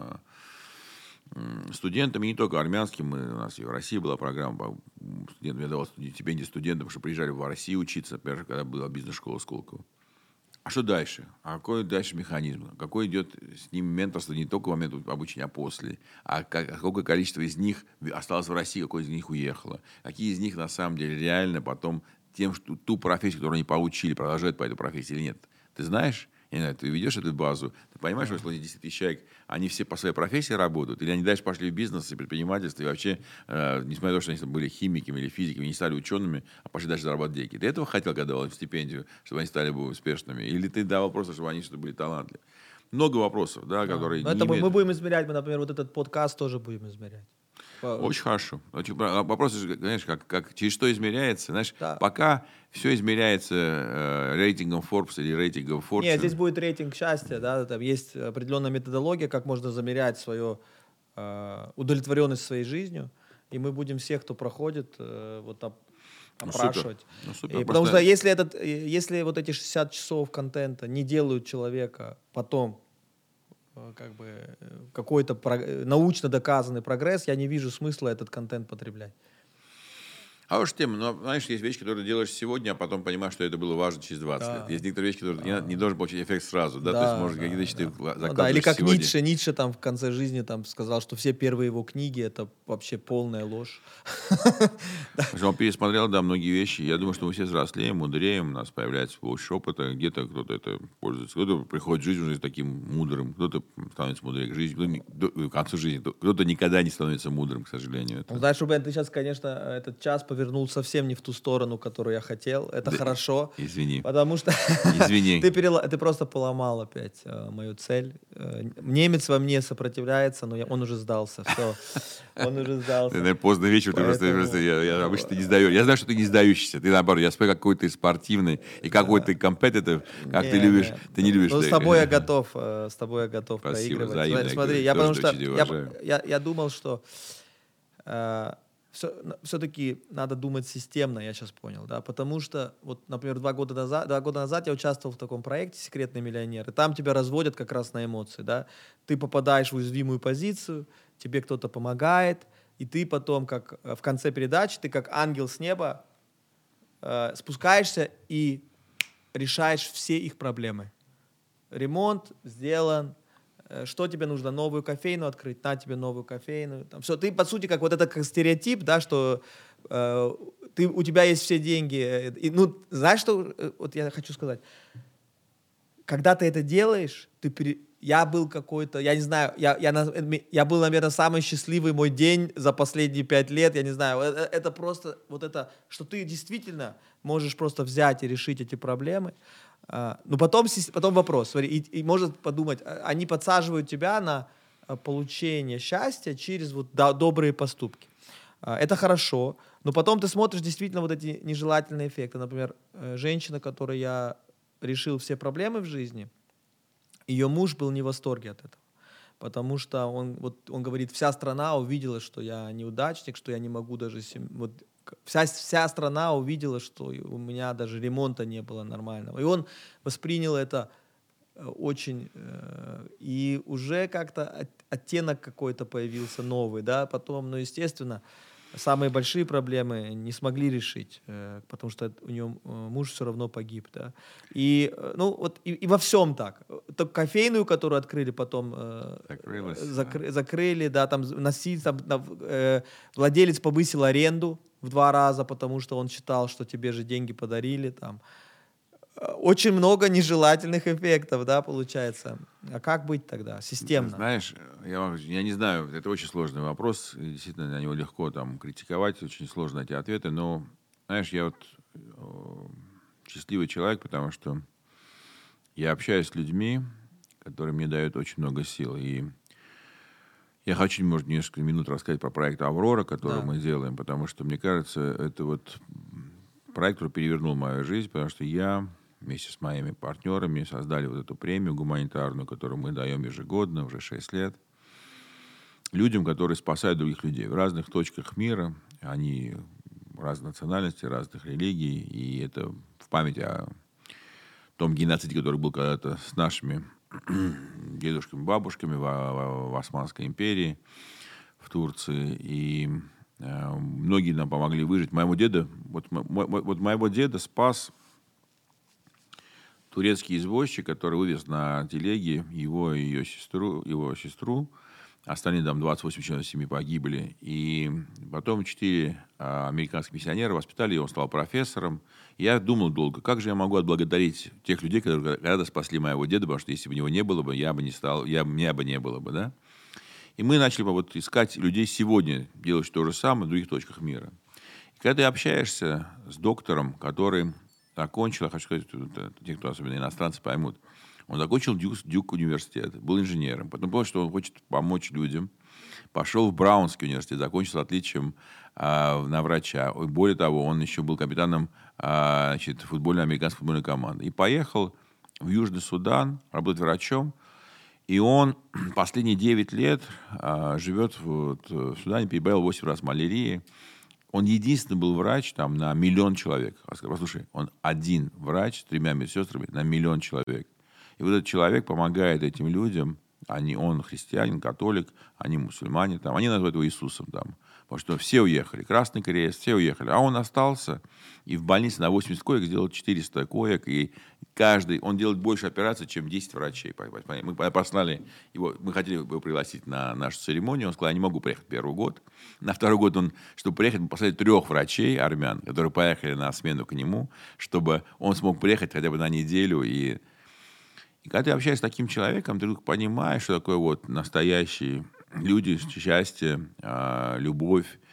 студентам, и не только армянским, у нас и в России была программа, я давал стипендии студентам, что приезжали в Россию учиться, например, когда была бизнес-школа Сколково. А что дальше? А какой дальше механизм? Какой идет с ними менторство не только в момент обучения, а после? А какое количество из них осталось в России, какое из них уехало? Какие из них на самом деле реально потом тем, что ту профессию, которую они получили, продолжают по этой профессии или нет? Ты знаешь? Я не знаю, ты ведешь эту базу, ты понимаешь, что если 10 тысяч человек, они все по своей профессии работают, или они дальше пошли в бизнес и предпринимательство, и вообще, несмотря на то, что они были химиками или физиками, не стали учеными, а пошли дальше зарабатывать деньги. Ты этого хотел, когда давал им стипендию, чтобы они стали бы успешными? Или ты давал просто, чтобы они были талантливы? Много вопросов, да, которые это мы будем измерять, мы, например, вот этот подкаст тоже будем измерять. Очень хорошо. Вопрос, знаешь, как через что измеряется. Знаешь, да. Пока все измеряется рейтингом Forbes или рейтингом Fortune. Нет, здесь будет рейтинг счастья, да, там есть определенная методология, как можно замерять свою удовлетворенность своей жизнью, и мы будем всех, кто проходит, вот опрашивать. Супер. Потому что если вот эти 60 часов контента не делают человека потом как бы какой-то научно доказанный прогресс, я не вижу смысла этот контент потреблять. Хорошая тема, но, знаешь, есть вещи, которые ты делаешь сегодня, а потом понимаешь, что это было важно через 20 лет. Есть некоторые вещи, которые не должен получить эффект сразу, да, то есть, может, какие-то вещи ты закладываешь или как сегодня. Ницше там в конце жизни там сказал, что все первые его книги — это вообще полная ложь. Он пересмотрел, да, многие вещи. Я думаю, что мы все взрослеем, мудреем, у нас появляется больше опыта, где-то кто-то это пользуется, кто-то приходит в жизнь уже таким мудрым, кто-то становится мудрее к жизни, к концу жизни, кто-то никогда не становится мудрым, к сожалению. Знаешь, Рубен, ты сейчас, конечно, этот час повернул повернул совсем не в ту сторону, которую я хотел. Это хорошо. Извини. Потому что Извини. ты просто поломал опять мою цель. Немец во мне сопротивляется, но он уже сдался. Все, он уже сдался. Наверное, поздно вечером, я обычно не сдаю. Я знаю, что ты не сдающийся. Ты наоборот, я смотрю, какой ты спортивный и какой ты компетитив, как ты любишь. Ты не любишь. Ну, с тобой я готов Спасибо, проигрывать. взаимно. Смотри, Я потому тоже что очень уважаю. я думал, что все-таки надо думать системно, я сейчас понял, да, потому что, вот, например, 2 года назад я участвовал в таком проекте «Секретный миллионер», и там тебя разводят как раз на эмоции, да, ты попадаешь в уязвимую позицию, тебе кто-то помогает, и ты потом, как в конце передачи, ты как ангел с неба спускаешься и решаешь все их проблемы. Ремонт сделан, что тебе нужно, новую кофейну открыть, на тебе новую кофейну. Там, все. Ты, по сути, как вот это как стереотип, да, что у тебя есть все деньги. Ну, знаешь, что вот я хочу сказать? Когда ты это делаешь, я был какой-то, я не знаю, я был, наверное, самый счастливый мой день за последние 5 лет, я не знаю. Это просто вот это, что ты действительно можешь просто взять и решить эти проблемы. Ну, потом вопрос, смотри, и может подумать, они подсаживают тебя на получение счастья через вот добрые поступки. Это хорошо, но потом ты смотришь действительно вот эти нежелательные эффекты. Например, женщина, которой я решил все проблемы в жизни, ее муж был не в восторге от этого. Потому что он говорит, вся страна увидела, что я неудачник, что я не могу даже... Вся страна увидела, что у меня даже ремонта не было нормального. И он воспринял это очень... И уже как-то оттенок какой-то появился новый, да, потом, ну, естественно, самые большие проблемы не смогли решить, потому что у нее муж все равно погиб, да. И, ну, вот, и во всем так. Так кофейную, которую открыли потом, закрыли, да, там владелец повысил аренду в 2 раза, потому что он считал, что тебе же деньги подарили, там. Очень много нежелательных эффектов, да, получается. А как быть тогда? Системно. Знаешь, я не знаю, это очень сложный вопрос, и действительно на него легко там критиковать, очень сложно эти ответы, но, знаешь, я вот счастливый человек, потому что я общаюсь с людьми, которые мне дают очень много сил, и я хочу, может, несколько минут рассказать про проект «Аврора», который мы делаем, потому что, мне кажется, это вот проект, который перевернул мою жизнь, потому что я вместе с моими партнерами создали вот эту премию гуманитарную, которую мы даем ежегодно, уже 6 лет, людям, которые спасают других людей в разных точках мира. Они разных национальностей, разных религий, и это в память о том геноциде, который был когда-то с нашими дедушками, бабушками в Османской империи, в Турции. И многие нам помогли выжить. Моего деда спас турецкий извозчик, который вывез на телеге его и ее сестру. Остальные там 28 членов семьи погибли. И потом 4 американских миссионера воспитали его, он стал профессором. И я думал долго, как же я могу отблагодарить тех людей, которые когда-то спасли моего деда, потому что если бы него не было бы, меня бы не было бы, да? И мы начали вот искать людей сегодня, делать то же самое в других точках мира. И когда ты общаешься с доктором, который закончил, я хочу сказать, те, кто особенно иностранцы поймут, он закончил Дюк университет, был инженером, потом понял, что он хочет помочь людям, пошел в Браунский университет, закончил с отличием на врача. И более того, он еще был капитаном футбольной американской футбольной команды. И поехал в Южный Судан работать врачом. И он последние 9 лет живет в Судане, переболел 8 раз малярией. Он единственный был врач там на 1 миллион человек. Послушай, он один врач с 3 медсестрами на 1 миллион человек. И вот этот человек помогает этим людям. Он христианин, католик, они мусульмане. Там, они называют его Иисусом. Там, потому что все уехали. Красный Крест, все уехали. А он остался. И в больнице на 80 коек сделал 400 коек. И он делает больше операций, чем 10 врачей. Мы послали его, мы хотели его пригласить на нашу церемонию. Он сказал, я не могу приехать первый год. На второй год, чтобы приехать, мы послали 3 врачей, армян, которые поехали на смену к нему, чтобы он смог приехать хотя бы на неделю. И когда ты общаешься с таким человеком, ты вдруг понимаешь, что такое вот настоящие люди, счастье, любовь.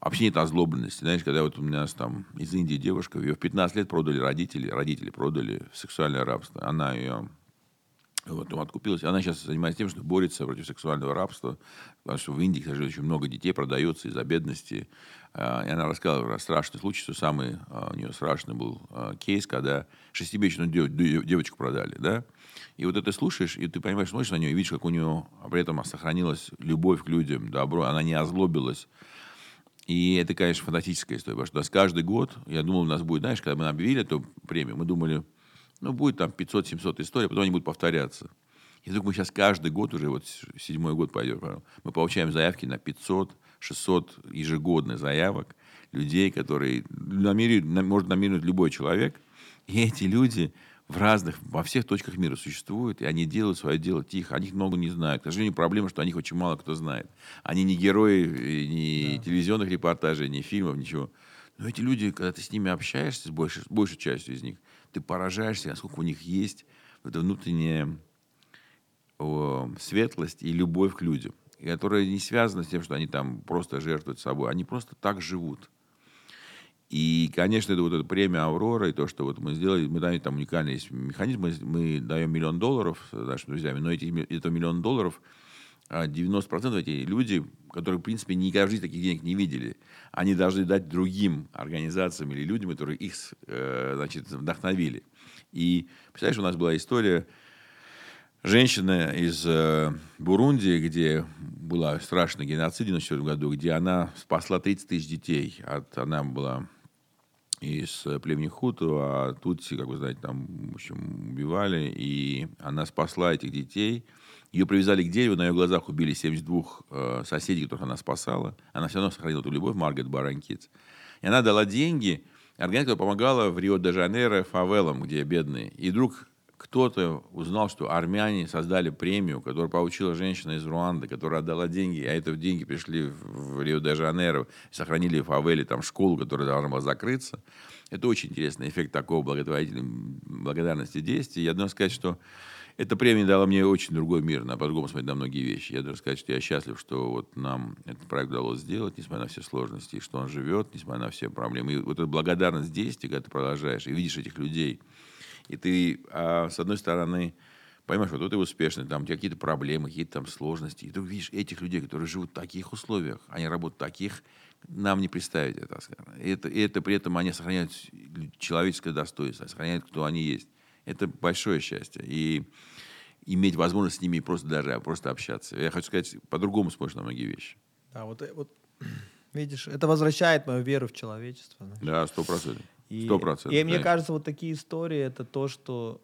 вообще нет озлобленности. Знаешь, когда вот у нас там из Индии девушка, ее в 15 лет продали родители продали в сексуальное рабство. Она ее вот, откупилась. Она сейчас занимается тем, что борется против сексуального рабства, потому что в Индии, к сожалению, очень много детей продается из-за бедности. И она рассказывала про страшный случай, что самый у нее страшный был кейс, когда 6-месячную девочку продали, да. И вот это слушаешь, и ты понимаешь, смотришь на нее, и видишь, как у нее при этом сохранилась любовь к людям, добро, она не озлобилась. И это, конечно, фантастическая история, потому что у нас каждый год, я думал, у нас будет, знаешь, когда мы объявили эту премию, мы думали, будет там 500-700 историй, а потом они будут повторяться. И вдруг мы сейчас каждый год, уже вот 7-й год пойдет, мы получаем заявки на 500-600 ежегодно заявок людей, которые может номинировать любой человек. И эти люди во всех точках мира существуют, и они делают свое дело тихо. О них много не знают. К сожалению, проблема, что о них очень мало кто знает. Они не герои ни телевизионных репортажей, ни фильмов, ничего. Но эти люди, когда ты с ними общаешься, с большей частью из них, ты поражаешься, насколько у них есть эта внутренняя светлость и любовь к людям, которая не связана с тем, что они там просто жертвуют собой. Они просто так живут. И, конечно, это вот эта премия «Аврора», и то, что вот мы сделали, мы даем там уникальный есть механизм, мы даем $1 миллион нашим друзьям, но это $1 миллион, 90% эти люди, которые, в принципе, никогда в жизни таких денег не видели, они должны дать другим организациям или людям, которые их, вдохновили. И, представляешь, у нас была история женщина из Бурунди, где была страшный геноцид в 1994 году, где она спасла 30 тысяч детей. Она была из племени Хуту, а тутси, как вы знаете, там, в общем, убивали, и она спасла этих детей. Ее привязали к дереву, на ее глазах убили 72 соседей, которых она спасала. Она все равно сохранила эту любовь, Маргарет Баранкиц. И она дала деньги организации, которая помогала в Рио-де-Жанейро фавелам, где бедные. И вдруг кто-то узнал, что армяне создали премию, которую получила женщина из Руанды, которая отдала деньги, а эти деньги пришли в Рио-де-Жанейро, сохранили в фавеле там школу, которая должна была закрыться. Это очень интересный эффект такого благотворительной благодарности действий. Я должен сказать, что эта премия дала мне очень другой мир, по-другому смотреть на многие вещи. Я должен сказать, что я счастлив, что вот нам этот проект удалось сделать, несмотря на все сложности, и что он живет, несмотря на все проблемы. И вот эта благодарность действий, когда ты продолжаешь и видишь этих людей, и ты, с одной стороны, понимаешь, вот ты успешный, там у тебя какие-то проблемы, какие-то там сложности, и ты видишь этих людей, которые живут в таких условиях, они работают в таких, нам не представить это. И это при этом они сохраняют человеческое достоинство, сохраняют, кто они есть. Это большое счастье. И иметь возможность с ними просто общаться. Я хочу сказать, по-другому смотришь на многие вещи. Да, вот видишь, это возвращает мою веру в человечество. Знаешь. Да, 100%. 100%. И мне кажется, вот такие истории, это то, что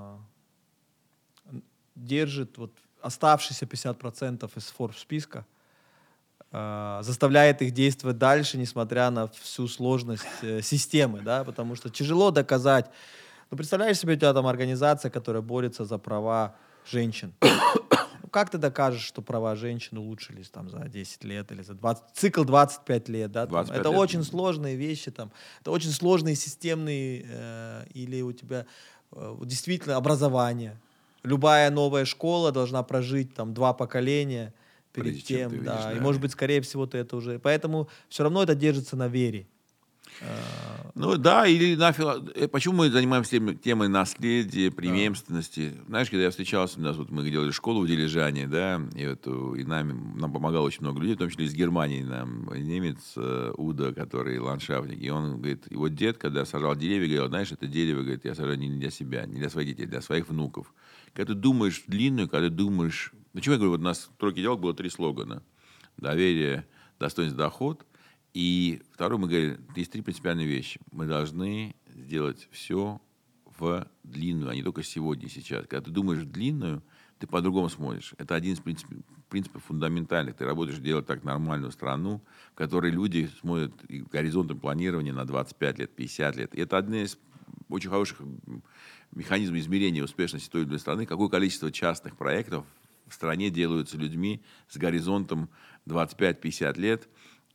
держит вот оставшиеся 50% из Forbes списка, заставляет их действовать дальше, несмотря на всю сложность системы, да, потому что тяжело доказать. Ну, представляешь себе, у тебя там организация, которая борется за права женщин. Ну, как ты докажешь, что права женщин улучшились там за 10 лет или за 20... Цикл 25 лет, да? 25 это лет. очень сложные вещи, там. Это очень сложные системные... или у тебя действительно образование. Любая новая школа должна прожить там 2 поколения перед Прежде чем тем, ты да. видишь, И, да. может быть, скорее всего, ты это уже... Поэтому все равно это держится на вере. Ну да, или почему мы занимаемся темой наследия, преемственности? Знаешь, когда я встречался, мы делали школу в Дилижане, да, и нам помогало очень много людей, в том числе из Германии, нам немец Уда, который ландшафтник, и он говорит, его дед, когда сажал деревья, говорил, знаешь, это дерево, говорит, я сажаю не для себя, не для своих детей, для своих внуков. Когда ты думаешь длинную, когда ты думаешь... Почему я говорю, вот у нас в «Тройке диалог» было 3 слогана. Доверие, достоинство, доход. И второй, мы говорили, есть 3 принципиальные вещи. Мы должны сделать все в длинную, а не только сегодня и сейчас. Когда ты думаешь в длинную, ты по-другому смотришь. Это один из принципов фундаментальных. Ты работаешь делать так нормальную страну, в которой люди смотрят горизонтом планирования на 25 лет, 50 лет. И это один из очень хороших механизмов измерения успешности той или иной страны. Какое количество частных проектов в стране делаются людьми с горизонтом 25-50 лет,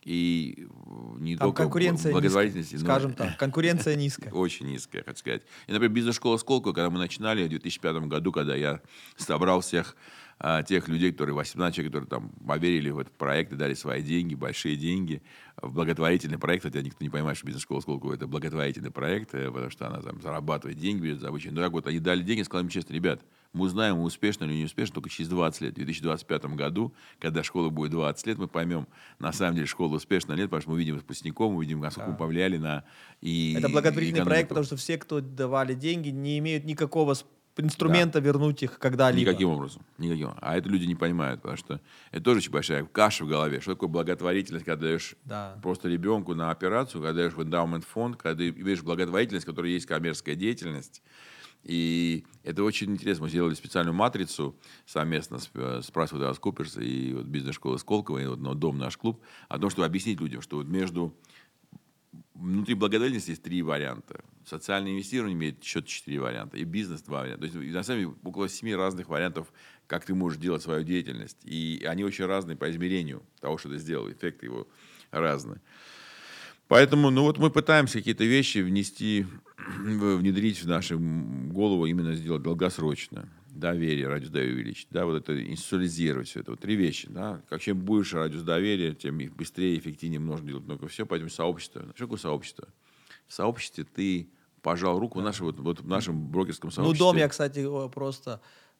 И не Там только конкуренция благотворительности, низкая, скажем так, конкуренция низкая. очень низкая, хочу сказать. И, например, бизнес-школа Сколково, когда мы начинали в 2005 году, когда я собрал всех тех людей, которые 18 человек, которые там поверили в этот проект и дали свои деньги, большие деньги, в благотворительный проект, хотя никто не понимает, что бизнес-школа Сколково это благотворительный проект, потому что она там зарабатывает деньги, берет за обучение. Но так вот, они дали деньги, сказали им честно: ребят, мы узнаем, успешно или не успешно только через 20 лет. В 2025 году, когда школа будет 20 лет, мы поймем, на самом деле школа успешна или нет, потому что мы увидим выпускников, мы увидим, насколько мы повлияли на Это благотворительный проект, потому что все, кто давали деньги, не имеют никакого инструмента вернуть их когда-либо. Никаким образом. Никаким. А это люди не понимают, потому что это тоже очень большая каша в голове. Что такое благотворительность, когда даешь просто ребенку на операцию, когда даешь в эндаумент фонд, когда ты видишь благотворительность, в которой есть коммерческая деятельность. И это очень интересно. Мы сделали специальную матрицу совместно с PricewaterhouseCoopers и вот бизнес-школой Сколково, и вот Дом наш клуб, о том, чтобы объяснить людям, что вот внутри благотворительности есть 3 варианта. Социальное инвестирование имеет еще 4 варианта. И бизнес 2 варианта. То есть, на самом деле, около 7 разных вариантов, как ты можешь делать свою деятельность. И они очень разные по измерению того, что ты сделал. Эффекты его разные. Поэтому, мы пытаемся какие-то вещи внедрить в нашу голову, именно сделать долгосрочно. Доверие, радиус доверия увеличить. Да, вот это институализировать все это. Вот 3 вещи. Да. Чем больше радиус доверия, тем быстрее, эффективнее можно делать много всего. Поэтому сообщество. Что такое сообщество? В сообществе ты пожал руку в нашем брокерском сообществе. Дом я, кстати, просто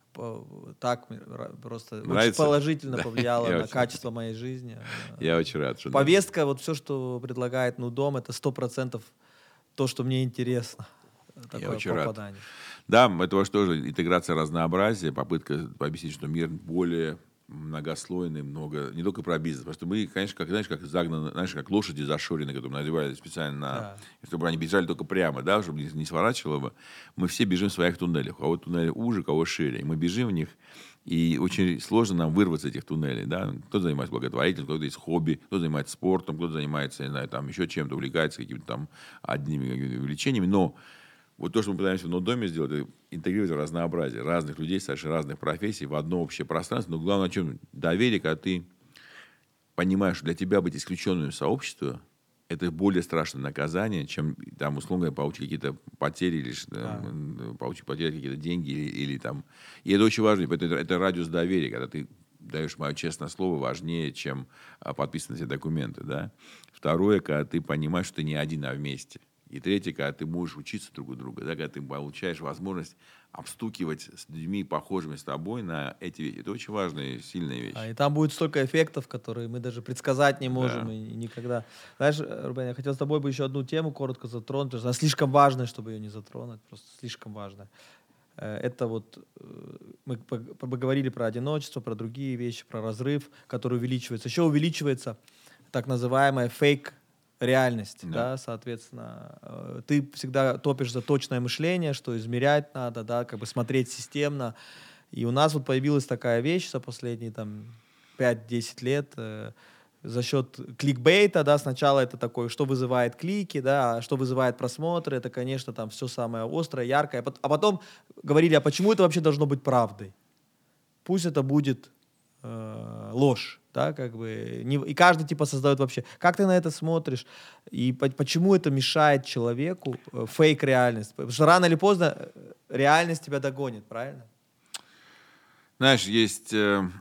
очень положительно повлияло на качество моей жизни. Я очень рад. Что повестка, вот все, что предлагает Дом, это 100% то, что мне интересно. Я очень рад. Да, это ваше тоже интеграция разнообразия, попытка объяснить, что мир более многослойный, не только про бизнес. Потому что мы, конечно, как загнаны, как лошади зашоренные, которые надевали специально, чтобы они бежали только прямо, да, чтобы не сворачивало бы. Мы все бежим в своих туннелях. У кого туннели уже, у кого шире. И мы бежим в них, и очень сложно нам вырваться из этих туннелей. Да? Кто-то занимается благотворительностью, кто-то есть хобби, кто-то занимается спортом, кто-то занимается, не знаю, там еще чем-то, увлекается какими-то там одними увлечениями. Но вот то, что мы пытаемся в доме сделать, это интегрировать разнообразие разных людей, совершенно разных профессий в одно общее пространство. Но главное, о чем доверие, когда ты понимаешь, что для тебя быть исключенным из сообщества — это более страшное наказание, чем, там, условно говоря, получить какие-то потери, или потерять какие-то деньги. Или там. И это очень важно. Это радиус доверия, когда ты даешь мое честное слово, важнее, чем подписанные все документы. Да? Второе, когда ты понимаешь, что ты не один, а вместе. И третье, когда ты можешь учиться друг у друга, да, когда ты получаешь возможность обстукивать с людьми, похожими с тобой, на эти вещи. Это очень важная и сильная вещь. И там будет столько эффектов, которые мы даже предсказать не можем и никогда. Знаешь, Рубен, я хотел с тобой бы еще одну тему коротко затронуть, потому что она слишком важная, чтобы ее не затронуть, просто слишком важная. Это вот мы поговорили про одиночество, про другие вещи, про разрыв, который увеличивается. Еще увеличивается так называемая фейк-реальность, да, соответственно. Ты всегда топишь за точное мышление, что измерять надо, да, как бы смотреть системно. И у нас вот появилась такая вещь за последние там 5-10 лет за счет кликбейта, да, сначала это такое, что вызывает клики, да, что вызывает просмотры, это, конечно, там все самое острое, яркое, а потом говорили, а почему это вообще должно быть правдой? Пусть это будет ложь, да, как бы, и каждый типа создает вообще. Как ты на это смотришь? И почему это мешает человеку фейк-реальность? Потому что рано или поздно реальность тебя догонит, правильно? Знаешь, есть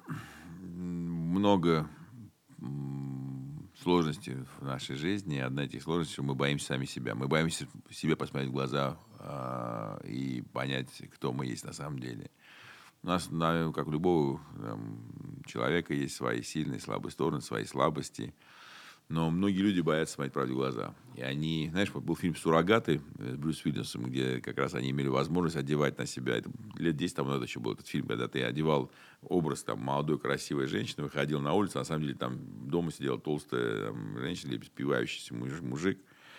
много сложностей в нашей жизни. Одна из этих сложностей, что мы боимся сами себя. Мы боимся себе посмотреть в глаза и понять, кто мы есть на самом деле. У нас, как у любого человека, есть свои сильные и слабые стороны, свои слабости. Но многие люди боятся смотреть правде в глаза. И они, знаешь, был фильм «Суррогаты» с Брюсом Уиллисом, где как раз они имели возможность одевать на себя. Это лет 10 тому назад еще был этот фильм, когда ты одевал образ там, молодой, красивой женщины, выходил на улицу, а на самом деле там дома сидела толстая женщина или спивающийся мужик.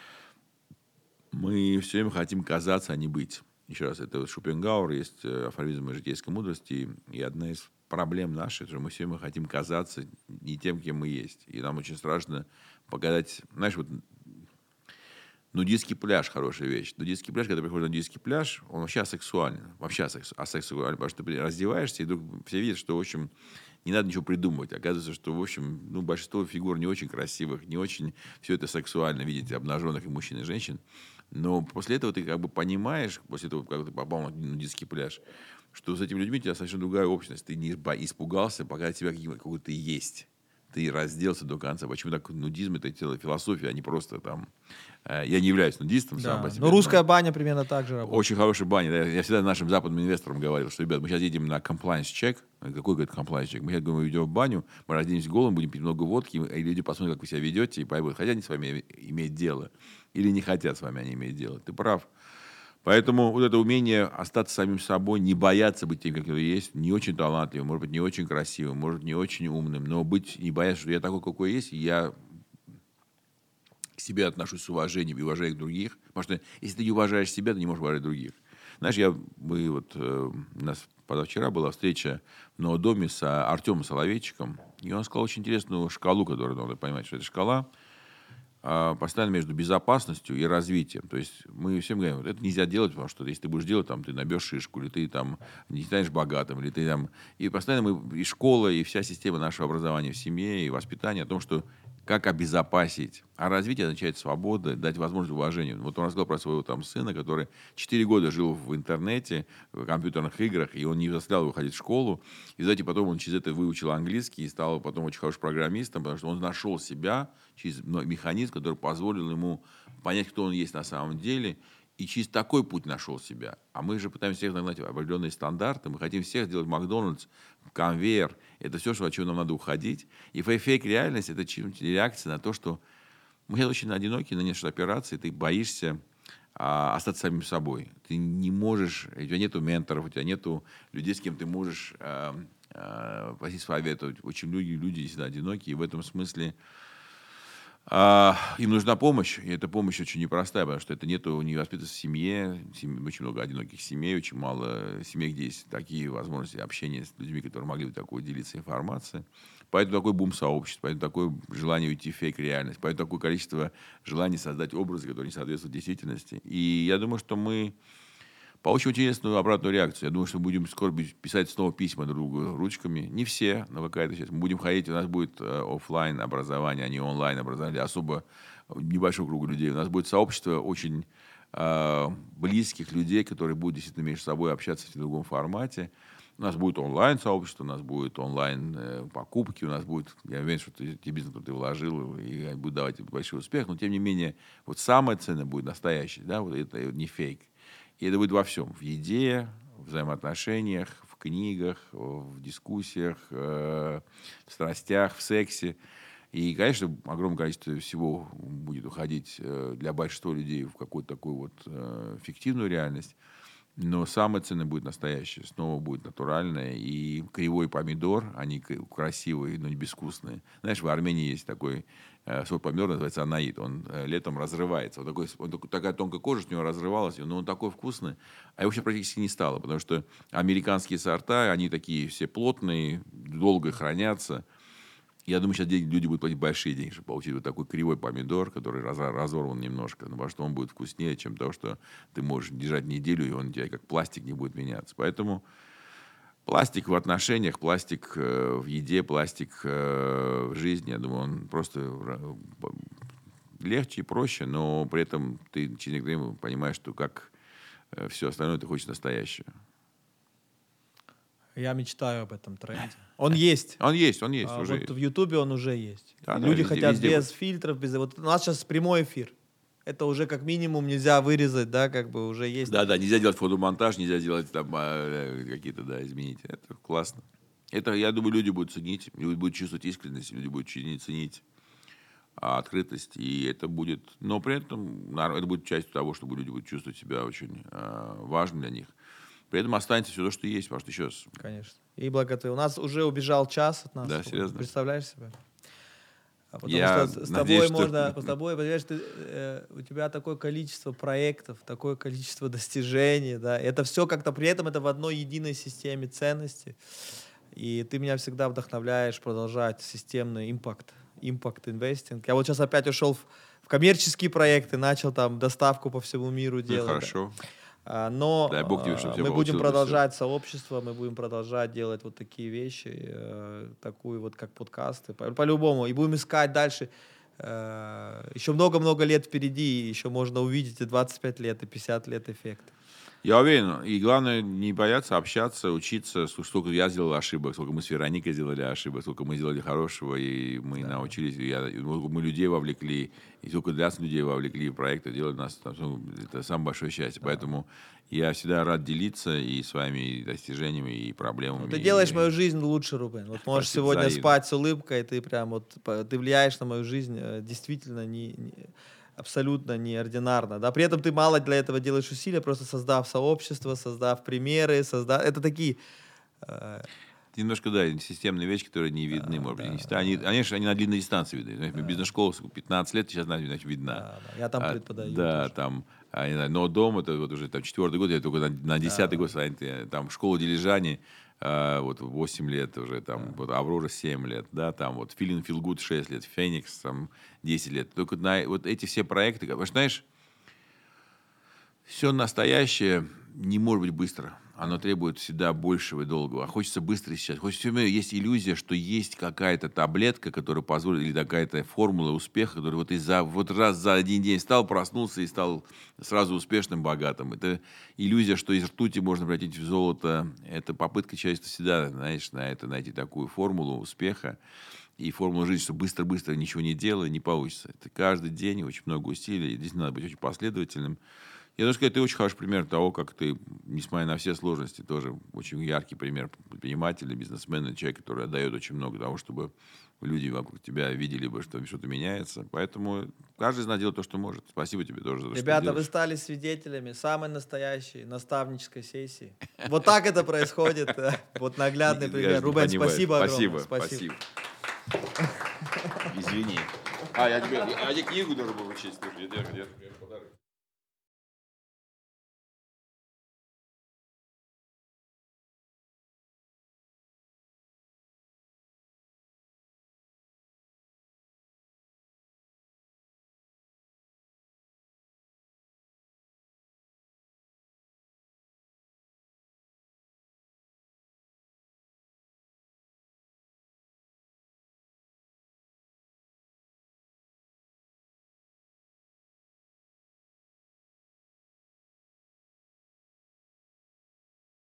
Мы все время хотим казаться, а не быть. Еще раз, это Шопенгауэр, есть афоризмы житейской мудрости, и одна из проблем наших, что мы все время хотим казаться не тем, кем мы есть. И нам очень страшно показать, знаешь, вот нудистский пляж — хорошая вещь. Нудистский пляж, когда ты приходишь на нудистский пляж, он вообще асексуален. Вообще асексуален, потому что ты раздеваешься, и вдруг все видят, что, в общем, не надо ничего придумывать. Оказывается, что, в общем, большинство фигур не очень красивых, не очень все это сексуально видеть обнаженных и мужчин, и женщин. Но после этого ты как бы понимаешь, после того, как ты попал на нудистский пляж, что с этими людьми у тебя совершенно другая общность. Ты не испугался, пока тебя какой-то есть. Ты разделся до конца. Почему так нудизм — это философия, а не просто там... Я не являюсь нудистом сам по себе. Но русская баня примерно так же работает. Очень хорошая баня. Да. Я всегда нашим западным инвесторам говорил, что, ребят, мы сейчас едем на compliance check. Какой, говорит, compliance check? Мы сейчас, говорим, идем в баню, мы разденемся голым, будем пить много водки, и люди посмотрят, как вы себя ведете, и поймут, хотят они с вами иметь дело, или не хотят с вами они иметь дело. Ты прав. Поэтому вот это умение остаться самим собой, не бояться быть тем, как ты есть, не очень талантливым, может быть, не очень красивым, может быть, не очень умным, но быть, не бояться, что я такой, какой есть, и я к себе отношусь с уважением и уважаю других. Потому что если ты не уважаешь себя, ты не можешь уважать других. Знаешь, у нас позавчера была встреча в Новом доме с Артемом Соловейчиком, и он сказал очень интересную шкалу, которую надо понимать, что эта шкала постоянно между безопасностью и развитием. То есть мы всем говорим, вот это нельзя делать, потому что если ты будешь делать, там, ты набьешь шишку, или ты там не станешь богатым, или ты там... И постоянно и школа, и вся система нашего образования в семье, и воспитания о том, что как обезопасить. А развитие означает свобода, дать возможность уважения. Вот он рассказал про своего там сына, который 4 года жил в интернете, в компьютерных играх, и он не заставлял его ходить в школу. И, знаете, потом он через это выучил английский и стал потом очень хорошим программистом, потому что он нашел себя через механизм, который позволил ему понять, кто он есть на самом деле, и через такой путь нашел себя. А мы же пытаемся всех нагнать в определенные стандарты. Мы хотим всех сделать Макдональдс, конвейер. Это все, от чего нам надо уходить. И фейк-реальность — это реакция на то, что мы сейчас очень одиноки, нанесешь операции, ты боишься остаться самим собой. Ты не можешь, у тебя нету менторов, у тебя нету людей, с кем ты можешь просить советовать. Очень многие люди действительно одиноки, и в этом смысле им нужна помощь, и эта помощь очень непростая, потому что это не воспитывается в семье, очень много одиноких семей, очень мало семей, где есть такие возможности общения с людьми, которые могли бы такой делиться информацией. Поэтому такой бум сообществ, поэтому такое желание уйти в фейк-реальность, поэтому такое количество желаний создать образы, которые не соответствуют действительности. И я думаю, что мы получим интересную обратную реакцию. Я думаю, что будем скоро писать снова письма друг другу ручками. Не все, но какая-то часть. Мы будем ходить, у нас будет офлайн образование, а не онлайн образование для особо небольшого круга людей. У нас будет сообщество очень близких людей, которые будут действительно между собой общаться в другом формате. У нас будет онлайн-сообщество, у нас будет онлайн-покупки, у нас будет, я уверен, что те бизнес, который ты вложил, и будет давать большой успех, но тем не менее, вот самое ценное будет настоящее, да, вот это не фейк. И это будет во всем. В еде, в взаимоотношениях, в книгах, в дискуссиях, в страстях, в сексе. И, конечно, огромное количество всего будет уходить для большинства людей в какую-то такую вот фиктивную реальность. Но самое ценное будет настоящее. Снова будет натуральное. И кривой помидор, они красивые, но не безвкусные. Знаешь, в Армении есть такой сорт помидор, называется анаид. Он летом разрывается. Такая тонкая кожа с него разрывалась, но он такой вкусный. А его сейчас практически не стало, потому что американские сорта, они такие все плотные, долго хранятся. Я думаю, сейчас люди будут платить большие деньги, чтобы получить вот такой кривой помидор, который разорван немножко, потому что он будет вкуснее, чем то, что ты можешь держать неделю, и он у тебя как пластик не будет меняться. Поэтому пластик в отношениях, пластик в еде, пластик в жизни, я думаю, он просто легче и проще, но при этом ты через некоторое время понимаешь, что как все остальное ты хочешь настоящее. Я мечтаю об этом тренде. Он есть. Он есть, уже вот есть. В Ютубе он уже есть. Да, люди везде, хотят везде. без фильтров, без... Вот у нас сейчас прямой эфир. Это уже как минимум нельзя вырезать, да, как бы уже есть. Да, нельзя делать фотомонтаж, нельзя делать там какие-то, изменить. Это классно. Это, я думаю, люди будут ценить, люди будут чувствовать искренность, люди будут ценить открытость, и это будет... Но при этом это будет частью того, чтобы люди будут чувствовать себя очень важным для них. При этом останется все то, что есть, потому что еще раз... Конечно. И благо у нас уже убежал час от нас. Да, серьезно. Представляешь себе? Потому я что с надеюсь, тобой что... можно, с тобой, понимаешь, у тебя такое количество проектов, такое количество достижений, да, это все как-то при этом это в одной единой системе ценностей, и ты меня всегда вдохновляешь продолжать системный импакт инвестинг. Я вот сейчас опять ушел в коммерческие проекты, начал там доставку по всему миру делать. Хорошо. Но Дай Бог тебе, чтобы всё мы будем получилось, продолжать сообщество, мы будем продолжать делать вот такие вещи, такую вот как подкасты, по-любому. И будем искать дальше. Еще много-много лет впереди, еще можно увидеть и 25 лет, и 50 лет эффекта. Я уверен. И главное, не бояться общаться, учиться. Сколько я сделал ошибок, сколько мы с Вероникой сделали ошибок, сколько мы сделали хорошего, и мы научились, мы людей вовлекли, и сколько для нас людей вовлекли в проект, делать нас, это самое большое счастье. Поэтому я всегда рад делиться и своими и достижениями, и проблемами. Ты делаешь мою жизнь лучше, Рубен. Вот можешь Спасибо, сегодня взаимно. спать с улыбкой, ты прям вот, ты влияешь на мою жизнь действительно абсолютно неординарно. Да? При этом ты мало для этого делаешь усилия, просто создав сообщество, создав примеры, это такие... Немножко, да, системные вещи, которые не видны, может быть. Не всегда. Они на длинной дистанции видны. Знаешь, бизнес-школа 15 лет, сейчас, значит, видна. Я там преподаю. Да, тоже. там, не знаю, но дом, это вот уже там 4-й год, я только на 10-й год, там, школа Дилижани, вот 8 лет уже, там, вот Аврора 7 лет, да, там, вот Feeling Feel Good 6 лет, Феникс, там, 10 лет. Только на вот эти все проекты, потому что, знаешь, все настоящее не может быть быстро. Оно требует всегда большего и долгого. А хочется быстро сейчас. Хочется, есть иллюзия, что есть какая-то таблетка, которая позволит, или какая-то формула успеха, которая вот раз за один день стал, проснулся и стал сразу успешным, богатым. Это иллюзия, что из ртути можно превратить в золото. Это попытка человечества всегда, знаешь, найти такую формулу успеха и формулу жизни, что быстро-быстро ничего не делая, не получится. Это каждый день очень много усилий. И действительно, надо быть очень последовательным. Я должен сказать, ты очень хороший пример того, как ты, несмотря на все сложности, тоже очень яркий пример предпринимателя, бизнесмена, человека, который отдает очень много того, чтобы люди вокруг тебя видели бы, что что-то меняется. Поэтому каждый из нас делает то, что может. Спасибо тебе тоже за то, что Ребята, ты вы делаешь. стали свидетелями самой настоящей наставнической сессии. Вот так это происходит. Вот наглядный Я пример. не Рубен, понимаю. спасибо огромное. Спасибо. Извини. Я тебе книгу должен был вручить. Слушай, я тебе подарок.